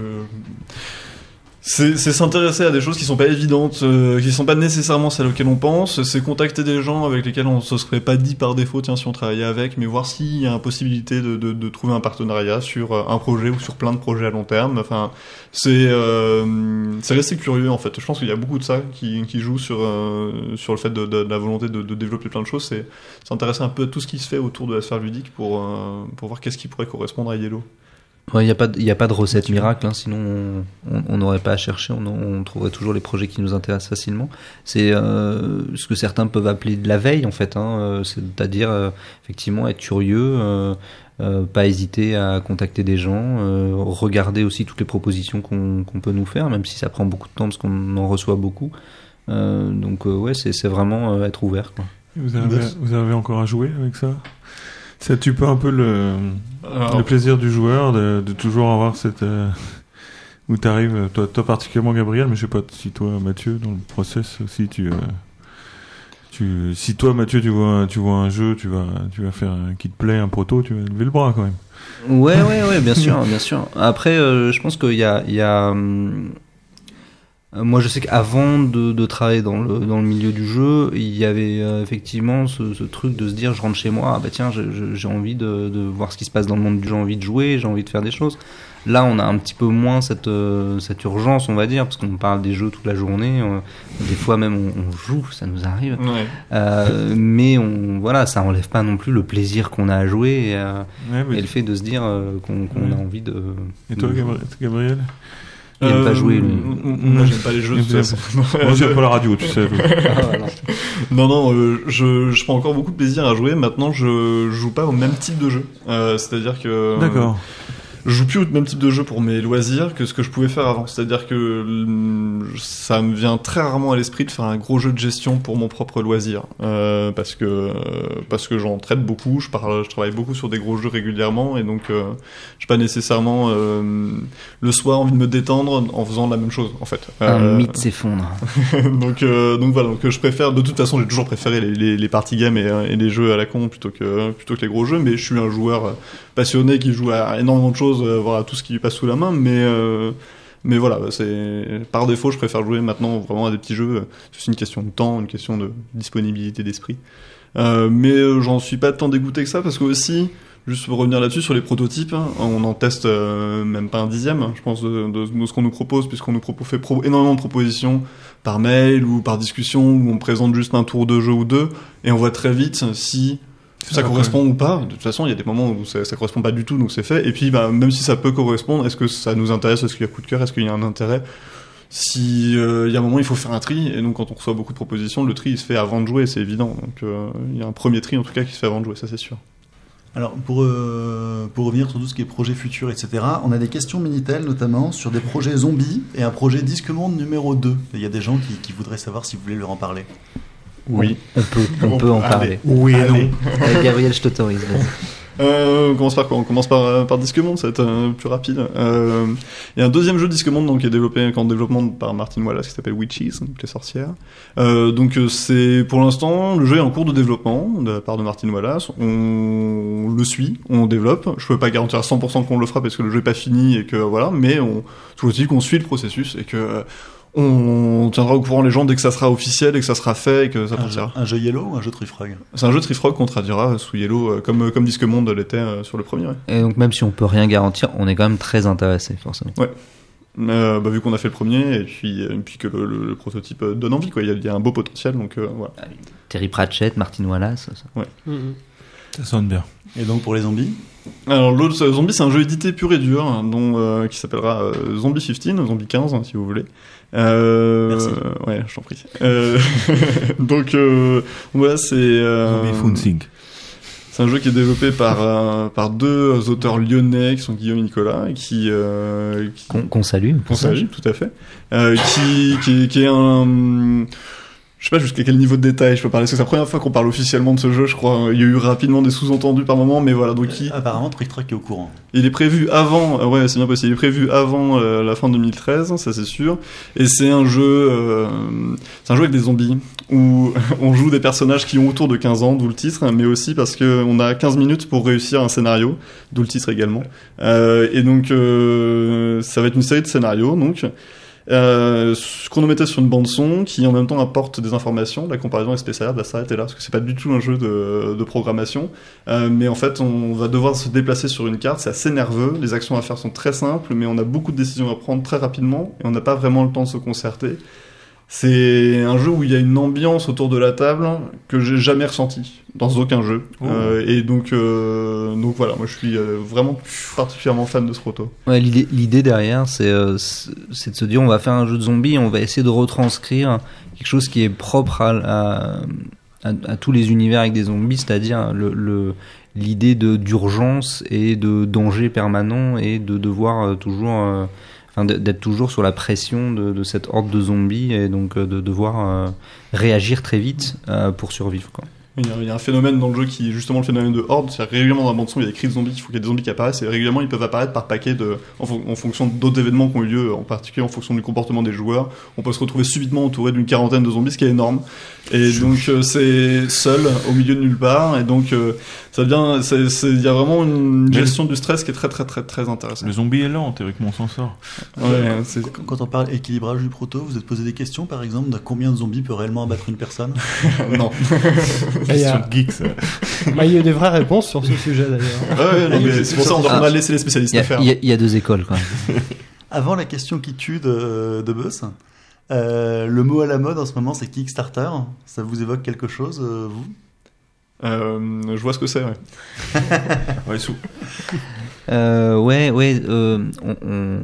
c'est, c'est s'intéresser à des choses qui sont pas évidentes, euh, qui sont pas nécessairement celles auxquelles on pense. C'est contacter des gens avec lesquels on se serait pas dit par défaut, tiens, si on travaillait avec, mais voir s'il y a une possibilité de, de, de trouver un partenariat sur un projet ou sur plein de projets à long terme. Enfin, c'est, euh, c'est rester curieux en fait. Je pense qu'il y a beaucoup de ça qui, qui joue sur, euh, sur le fait de, de, de la volonté de, de développer plein de choses. C'est s'intéresser un peu à tout ce qui se fait autour de la sphère ludique pour, euh, pour voir qu'est-ce qui pourrait correspondre à Yellow. Il ouais, n'y a pas de, y a pas de recette miracle, hein, sinon on n'aurait pas à chercher, on, on trouverait toujours les projets qui nous intéressent facilement. C'est euh, ce que certains peuvent appeler de la veille en fait, hein, c'est-à-dire euh, effectivement être curieux, euh, euh, pas hésiter à contacter des gens, euh, regarder aussi toutes les propositions qu'on, qu'on peut nous faire, même si ça prend beaucoup de temps parce qu'on en reçoit beaucoup. Euh, donc euh, ouais, c'est, c'est vraiment euh, être ouvert, quoi. Vous avez, vous avez encore à jouer avec ça? Ça tue pas un peu le, Alors, le plaisir du joueur de, de toujours avoir cette euh, où t'arrives, toi, toi particulièrement Gabriel, mais je sais pas si toi Mathieu dans le process aussi tu, euh, tu si toi Mathieu tu vois tu vois un jeu, tu vas tu vas faire un qui te plaît, un proto, tu vas lever le bras quand même. Ouais ouais ouais bien sûr bien sûr. Après euh, je pense qu'il y a il y a hum, moi, je sais qu'avant de, de travailler dans le, dans le milieu du jeu, il y avait euh, effectivement ce, ce truc de se dire, je rentre chez moi, ah bah tiens, je, je, j'ai envie de, de voir ce qui se passe dans le monde du jeu, j'ai envie de jouer, j'ai envie de faire des choses. Là, on a un petit peu moins cette, euh, cette urgence, on va dire, parce qu'on parle des jeux toute la journée. Euh, des fois même, on, on joue, ça nous arrive. Ouais. Euh, mais on, voilà, ça enlève pas non plus le plaisir qu'on a à jouer et, euh, ouais, mais... et le fait de se dire euh, qu'on, qu'on ouais. a envie de. Et toi, de Gabriel? Il aime euh, pas jouer, lui. Moi, j'aime pas les jeux. De Moi, j'aime pas la radio, tu sais. Ah, voilà. Non, non, euh, je, je prends encore beaucoup de plaisir à jouer. Maintenant, je joue pas au même type de jeu. Euh, c'est-à-dire que. D'accord. je joue plus au même type de jeu pour mes loisirs que ce que je pouvais faire avant. C'est-à-dire que euh, ça me vient très rarement à l'esprit de faire un gros jeu de gestion pour mon propre loisir, euh, parce que euh, parce que j'en traite beaucoup, je parle, je travaille beaucoup sur des gros jeux régulièrement, et donc euh, j'ai pas nécessairement euh, le soir envie de me détendre en faisant la même chose en fait. Un Euh, mythe s'effondre. donc euh, donc voilà, donc je préfère, de toute façon j'ai toujours préféré les les, les party games et, et les jeux à la con plutôt que plutôt que les gros jeux, mais je suis un joueur passionné qui joue à énormément de choses, euh, voilà, tout ce qui lui passe sous la main, mais euh, mais voilà, c'est par défaut je préfère jouer maintenant vraiment à des petits jeux. C'est une question de temps, une question de disponibilité d'esprit, euh, mais euh, j'en suis pas tant dégoûté que ça, parce que aussi, juste pour revenir là-dessus sur les prototypes, hein, on en teste euh, même pas un dixième, je pense, de, de, de ce qu'on nous propose, puisqu'on nous propose, fait pro, énormément de propositions par mail ou par discussion, où on présente juste un tour de jeu ou deux, et on voit très vite si ça correspond ou pas. De toute façon, il y a des moments où ça, ça correspond pas du tout, donc c'est fait. Et puis, bah, même si ça peut correspondre, est-ce que ça nous intéresse? Est-ce qu'il y a coup de cœur? Est-ce qu'il y a un intérêt? Si euh, il y a un moment, il faut faire un tri, et donc quand on reçoit beaucoup de propositions, le tri il se fait avant de jouer, c'est évident. Donc euh, il y a un premier tri en tout cas qui se fait avant de jouer, ça c'est sûr. Alors, pour, euh, pour revenir sur tout ce qui est projet futur, et cetera, on a des questions Minitel, notamment sur des projets zombies et un projet Disque Monde numéro deux. Il y a des gens qui, qui voudraient savoir si vous voulez leur en parler. Oui. On peut, on On peut en peut- parler. Oui et non. Euh, Gabriel, je t'autorise. vas-y. Euh, on commence par quoi? On commence par, euh, par Disque Monde, ça va être euh, plus rapide. Euh, Il y a un deuxième jeu Disque Monde donc, qui est développé en développement par Martin Wallace qui s'appelle Witches, donc les sorcières. Euh, donc euh, c'est pour l'instant, le jeu est en cours de développement de la part de Martin Wallace. On le suit, on développe. Je peux pas garantir à cent pour cent qu'on le fera parce que le jeu est pas fini et que voilà, mais on toujours dit qu'on suit le processus et que euh, on tiendra au courant les gens dès que ça sera officiel et que ça sera fait et que ça Un jeu, partira. un jeu Yellow ou un jeu Trifrog? C'est un jeu Trifrog qu'on traduira sous Yellow euh, comme comme Disque Monde l'était euh, sur le premier. Ouais. Et donc, même si on peut rien garantir, on est quand même très intéressé, forcément. Euh, bah, vu qu'on a fait le premier et puis, et puis que le, le, le prototype euh, donne envie, quoi. Il y a, il y a un beau potentiel, donc euh, voilà. Terry Pratchett, Martin Wallace. Ça. Mhm. Ça sonne bien. Et donc pour les zombies? Alors l'autre euh, Zombie, c'est un jeu édité pur et dur, hein, dont euh, qui s'appellera euh, Zombie quinze, Zombie quinze, hein, si vous voulez. Euh, Merci. Ouais, je t'en prie. Euh, donc euh, voilà, c'est euh, Zombie Funsing. c'est un jeu qui est développé par euh, par deux auteurs lyonnais qui sont Guillaume et Nicolas et qui euh, qui- Qu'on qu'on salue. au Qu'on passage. salue, tout à fait. Euh, qui, qui, qui est un... Je sais pas jusqu'à quel niveau de détail je peux parler, parce que c'est la première fois qu'on parle officiellement de ce jeu, je crois. Il y a eu rapidement des sous-entendus par moment, mais voilà, donc il, Apparemment, Trick Track est au courant. il est prévu avant, euh, ouais, c'est bien possible, il est prévu avant euh, la fin deux mille treize, ça c'est sûr. Et c'est un jeu, euh, c'est un jeu avec des zombies, où on joue des personnages qui ont autour de quinze ans, d'où le titre, mais aussi parce que on a quinze minutes pour réussir un scénario, d'où le titre également. Euh, et donc, euh, ça va être une série de scénarios, donc. Euh, chronométré sur une bande son qui en même temps apporte des informations. La comparaison est spéciale, va s'arrêter là parce que c'est pas du tout un jeu de, de programmation, euh, mais en fait on va devoir se déplacer sur une carte, c'est assez nerveux, les actions à faire sont très simples, mais on a beaucoup de décisions à prendre très rapidement et on n'a pas vraiment le temps de se concerter. C'est un jeu où il y a une ambiance autour de la table que j'ai jamais ressentie dans aucun jeu. Oh. Euh, et donc, euh, donc voilà, moi je suis euh, vraiment particulièrement fan de ce proto. Ouais, l'idée, l'idée derrière, c'est, euh, c'est c'est de se dire on va faire un jeu de zombies et on va essayer de retranscrire quelque chose qui est propre à, à, à, à tous les univers avec des zombies, c'est-à-dire le, le, l'idée de, d'urgence et de danger permanent et de devoir euh, toujours, euh, enfin, d'être toujours sur la pression de, de cette horde de zombies et donc euh, de devoir euh, réagir très vite euh, pour survivre, quoi. Il y, a, il y a un phénomène dans le jeu qui est justement le phénomène de horde, c'est-à-dire régulièrement dans la bande son il y a des cris de zombies, il faut qu'il y ait des zombies qui apparaissent et régulièrement ils peuvent apparaître par paquet de, en, fon- en fonction d'autres événements qui ont eu lieu, en particulier en fonction du comportement des joueurs. On peut se retrouver subitement entouré d'une quarantaine de zombies, ce qui est énorme. Et donc euh, c'est seul au milieu de nulle part et donc euh, ça devient, c'est, c'est, il y a vraiment une gestion du stress qui est très très très très intéressante. Le zombie est lent, théoriquement, on s'en sort. Ouais, c'est... Quand quand on parle équilibrage du proto, vous vous êtes posé des questions, par exemple, de combien de zombies peut réellement abattre une personne? non. Et il y Question a- de geek, ça. Bah, il y a eu des vraies réponses sur ce sujet d'ailleurs. Ouais, non, mais c'est pour ça qu'on Ah. a laissé les spécialistes Il y à a, faire. il y a- il y a deux écoles, quoi. Avant la question qui tue de, de Buzz, euh, le mot à la mode en ce moment c'est Kickstarter. Ça vous évoque quelque chose, euh, vous? Euh, je vois ce que c'est, ouais. Ouais, sous. Euh, ouais, ouais. euh, on, on-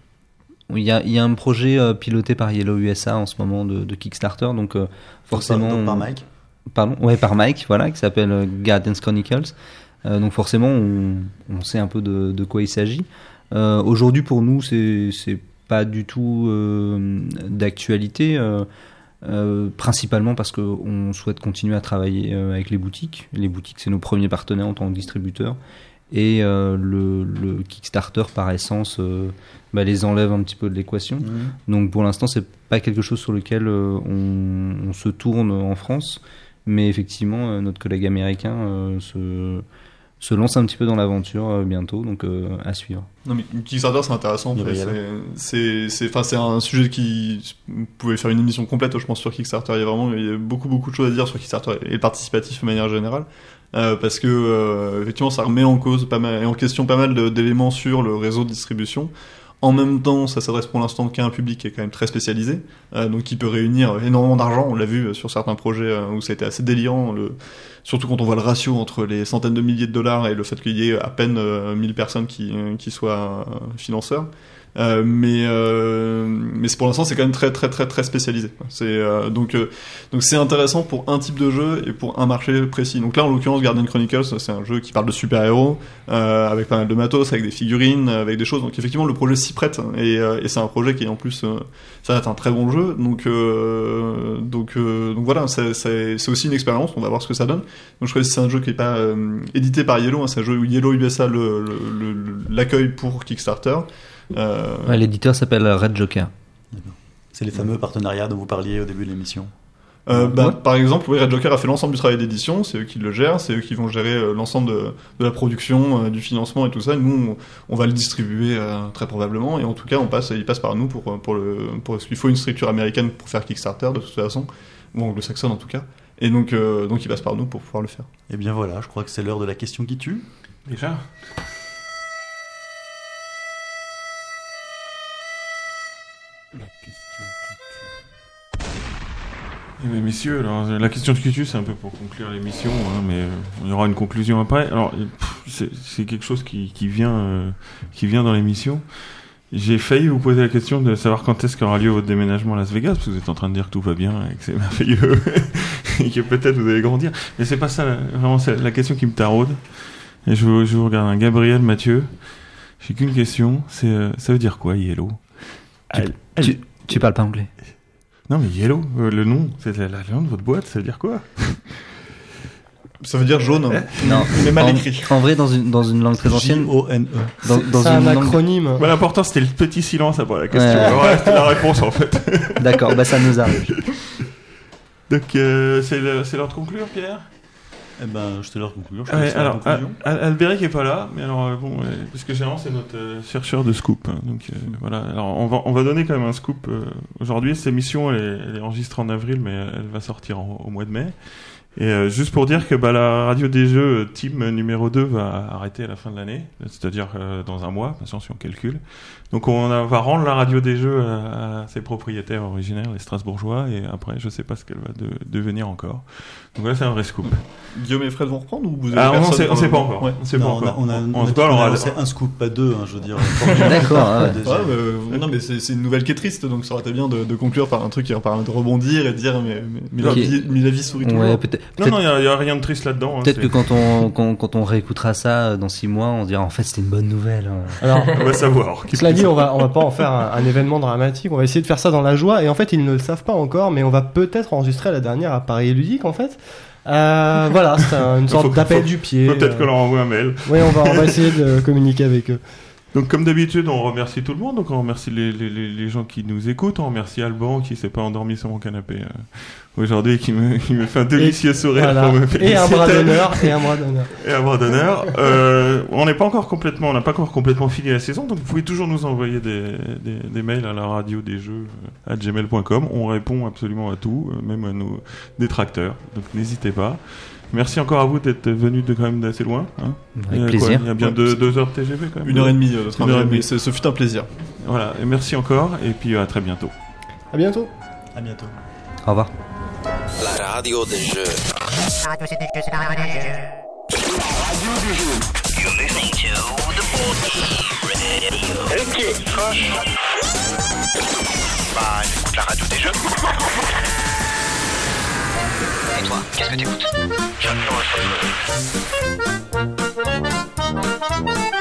Il y a, il y a un projet euh, piloté par Yellow U S A en ce moment de, de Kickstarter, donc euh, forcément. Donc par, donc par on- Mike. Pardon, ouais, par Mike, voilà, qui s'appelle euh, Guardians Chronicles. Euh, donc forcément, on, on sait un peu de, de quoi il s'agit. Euh, aujourd'hui, pour nous, c'est, c'est pas du tout euh, d'actualité, euh, euh, principalement parce qu'on souhaite continuer à travailler euh, avec les boutiques. Les boutiques, c'est nos premiers partenaires en tant que distributeurs. Et euh, le, le Kickstarter, par essence, euh, bah, les enlève un petit peu de l'équation. Mmh. Donc pour l'instant, c'est pas quelque chose sur lequel euh, on, on se tourne en France. Mais effectivement, euh, notre collègue américain euh, se... se lance un petit peu dans l'aventure euh, bientôt, donc euh, à suivre. Non mais Kickstarter c'est intéressant, après, c'est, c'est, c'est, enfin, c'est un sujet qui vous pouvez faire une émission complète je pense sur Kickstarter, il y a vraiment il y a beaucoup beaucoup de choses à dire sur Kickstarter et le participatif de manière générale, euh, parce que euh, effectivement ça remet en cause pas mal, et en question pas mal de, d'éléments sur le réseau de distribution. En même temps, ça s'adresse pour l'instant qu'à un public qui est quand même très spécialisé, euh, donc qui peut réunir énormément d'argent. On l'a vu sur certains projets euh, où ça a été assez délirant, le... surtout quand on voit le ratio entre les centaines de milliers de dollars et le fait qu'il y ait à peine euh, mille personnes qui, qui soient euh, financeurs. Euh, mais euh, mais c'est pour l'instant c'est quand même très très très très spécialisé. C'est euh, donc euh, donc c'est intéressant pour un type de jeu et pour un marché précis. Donc là en l'occurrence Guardian Chronicles c'est un jeu qui parle de super-héros euh, avec pas mal de matos, avec des figurines, avec des choses. Donc effectivement le projet s'y prête et, euh, et c'est un projet qui est en plus euh, ça va être un très bon jeu. Donc euh, donc euh, donc voilà c'est, c'est c'est aussi une expérience. On va voir ce que ça donne. Donc je crois que c'est un jeu qui est pas euh, édité par Yellow. Hein, c'est un jeu où Yellow U S A le, le, le, l'accueil pour Kickstarter. Euh... Ouais, l'éditeur s'appelle Red Joker. C'est les fameux partenariats dont vous parliez au début de l'émission. Euh, bah, ouais. Par exemple, oui, Red Joker a fait l'ensemble du travail d'édition, c'est eux qui le gèrent, c'est eux qui vont gérer euh, l'ensemble de, de la production, euh, du financement et tout ça. Nous, on, on va le distribuer euh, très probablement, et en tout cas, on passe, il passe par nous pour pour le pour parce qu'il faut une structure américaine pour faire Kickstarter de toute façon, ou anglo-saxonne en tout cas. Et donc euh, donc il passe par nous pour pouvoir le faire. Et bien voilà, je crois que c'est l'heure de la question qui tue. Déjà. La question qui tue. Eh bien, messieurs, alors, la question qui tue, c'est un peu pour conclure l'émission, hein, mais euh, il y aura une conclusion après. Alors, pff, c'est, c'est quelque chose qui, qui vient, euh, qui vient dans l'émission. J'ai failli vous poser la question de savoir quand est-ce qu'aura lieu votre déménagement à Las Vegas, parce que vous êtes en train de dire que tout va bien et que c'est merveilleux et que peut-être vous allez grandir. Mais c'est pas ça, vraiment, c'est la question qui me taraude. Et je vous, je vous regarde, hein, Gabriel, Mathieu. J'ai qu'une question, c'est, euh, ça veut dire quoi, Yellow? Tu, tu, tu parles pas anglais? Non, mais Yellow, euh, le nom, c'est la, la nom de votre boîte, ça veut dire quoi? Ça veut dire jaune. Non, mais mal en, écrit. En vrai, dans une, dans une langue très ancienne. J O N E. Dans, dans c'est une un langue... acronyme. Bah, l'important, c'était le petit silence après la question. Ouais. Ouais, c'était la réponse, en fait. D'accord, bah ça nous arrive. Donc, euh, c'est, le, c'est l'heure de conclure, Pierre? Eh ben, je te l'heure de conclure. Je te ouais, alors, la Al- Albéric est pas là, mais alors, euh, bon, euh, parce que généralement, c'est notre euh, chercheur de scoop. Hein, donc, euh, voilà. Alors, on va, on va donner quand même un scoop euh, aujourd'hui. Cette émission, elle est, elle est enregistrée en avril, mais elle va sortir en, au mois de mai. Et euh, juste pour dire que bah, la radio des jeux team numéro deux va arrêter à la fin de l'année, c'est-à-dire euh, dans un mois, attention si on calcule. Donc on a, va rendre la radio des jeux à, à ses propriétaires originaires, les Strasbourgeois, et après je sais pas ce qu'elle va de, devenir encore. Donc là c'est un vrai scoop. Guillaume et Fred vont reprendre ou vous avez ah, on sait, on le... sait pas encore. Ouais. On sait non, pas on encore. A, on a, on, on a, tout cas, on a aura... c'est un scoop, pas deux, hein, je veux dire. D'accord. Ouais. Ouais, mais, non mais c'est, c'est une nouvelle qui est triste, donc ça aurait été bien de, de conclure par un truc qui va permettre de rebondir et de dire mais, mais, mais, okay. la, vie, mais la vie sourit toujours. Ouais, peut-être, non, peut-être... non, il y, y a rien de triste là-dedans. Peut-être hein, que quand on, quand, quand on réécoutera ça dans six mois, on dira en fait c'était une bonne nouvelle. Alors, on va savoir. Cela dit, on va, on va pas en faire un, un événement dramatique, on va essayer de faire ça dans la joie, et en fait ils ne le savent pas encore, mais on va peut-être enregistrer la dernière à Paris Ludique en fait. Euh, voilà, c'est un, une sorte faut, d'appel faut, du pied. Peut-être euh... qu'on leur envoie un mail. Oui, on va, on va essayer de communiquer avec eux. Donc comme d'habitude, on remercie tout le monde. Donc on remercie les, les, les gens qui nous écoutent. On remercie Alban qui s'est pas endormi sur mon canapé euh, aujourd'hui, qui me, qui me fait un délicieux et, sourire. Voilà. Pour me féliciter. Et un bras d'honneur. Et un bras d'honneur. Et un bras d'honneur. euh, on n'est pas encore complètement, on n'a pas encore complètement fini la saison. Donc vous pouvez toujours nous envoyer des, des, des mails à la radio des jeux à gmail point com. On répond absolument à tout, même à nos détracteurs. Donc n'hésitez pas. Merci encore à vous d'être venu de quand même d'assez loin. Hein. Avec il plaisir. Quoi, il y a bien ouais, deux, deux heures de T G V quand même. Une heure et demie de train, mais ce fut un plaisir. Voilà, et merci encore, et puis à très bientôt. À bientôt. À bientôt. Au revoir. La radio des jeux. Radio des jeux, c'est la radio des jeux. Radio des jeux. You're listening to the Board Radio. Ok, proche. Bah, écoute la radio des jeux. Et toi, qu'est-ce que t'écoutes? J'adore le Thank you.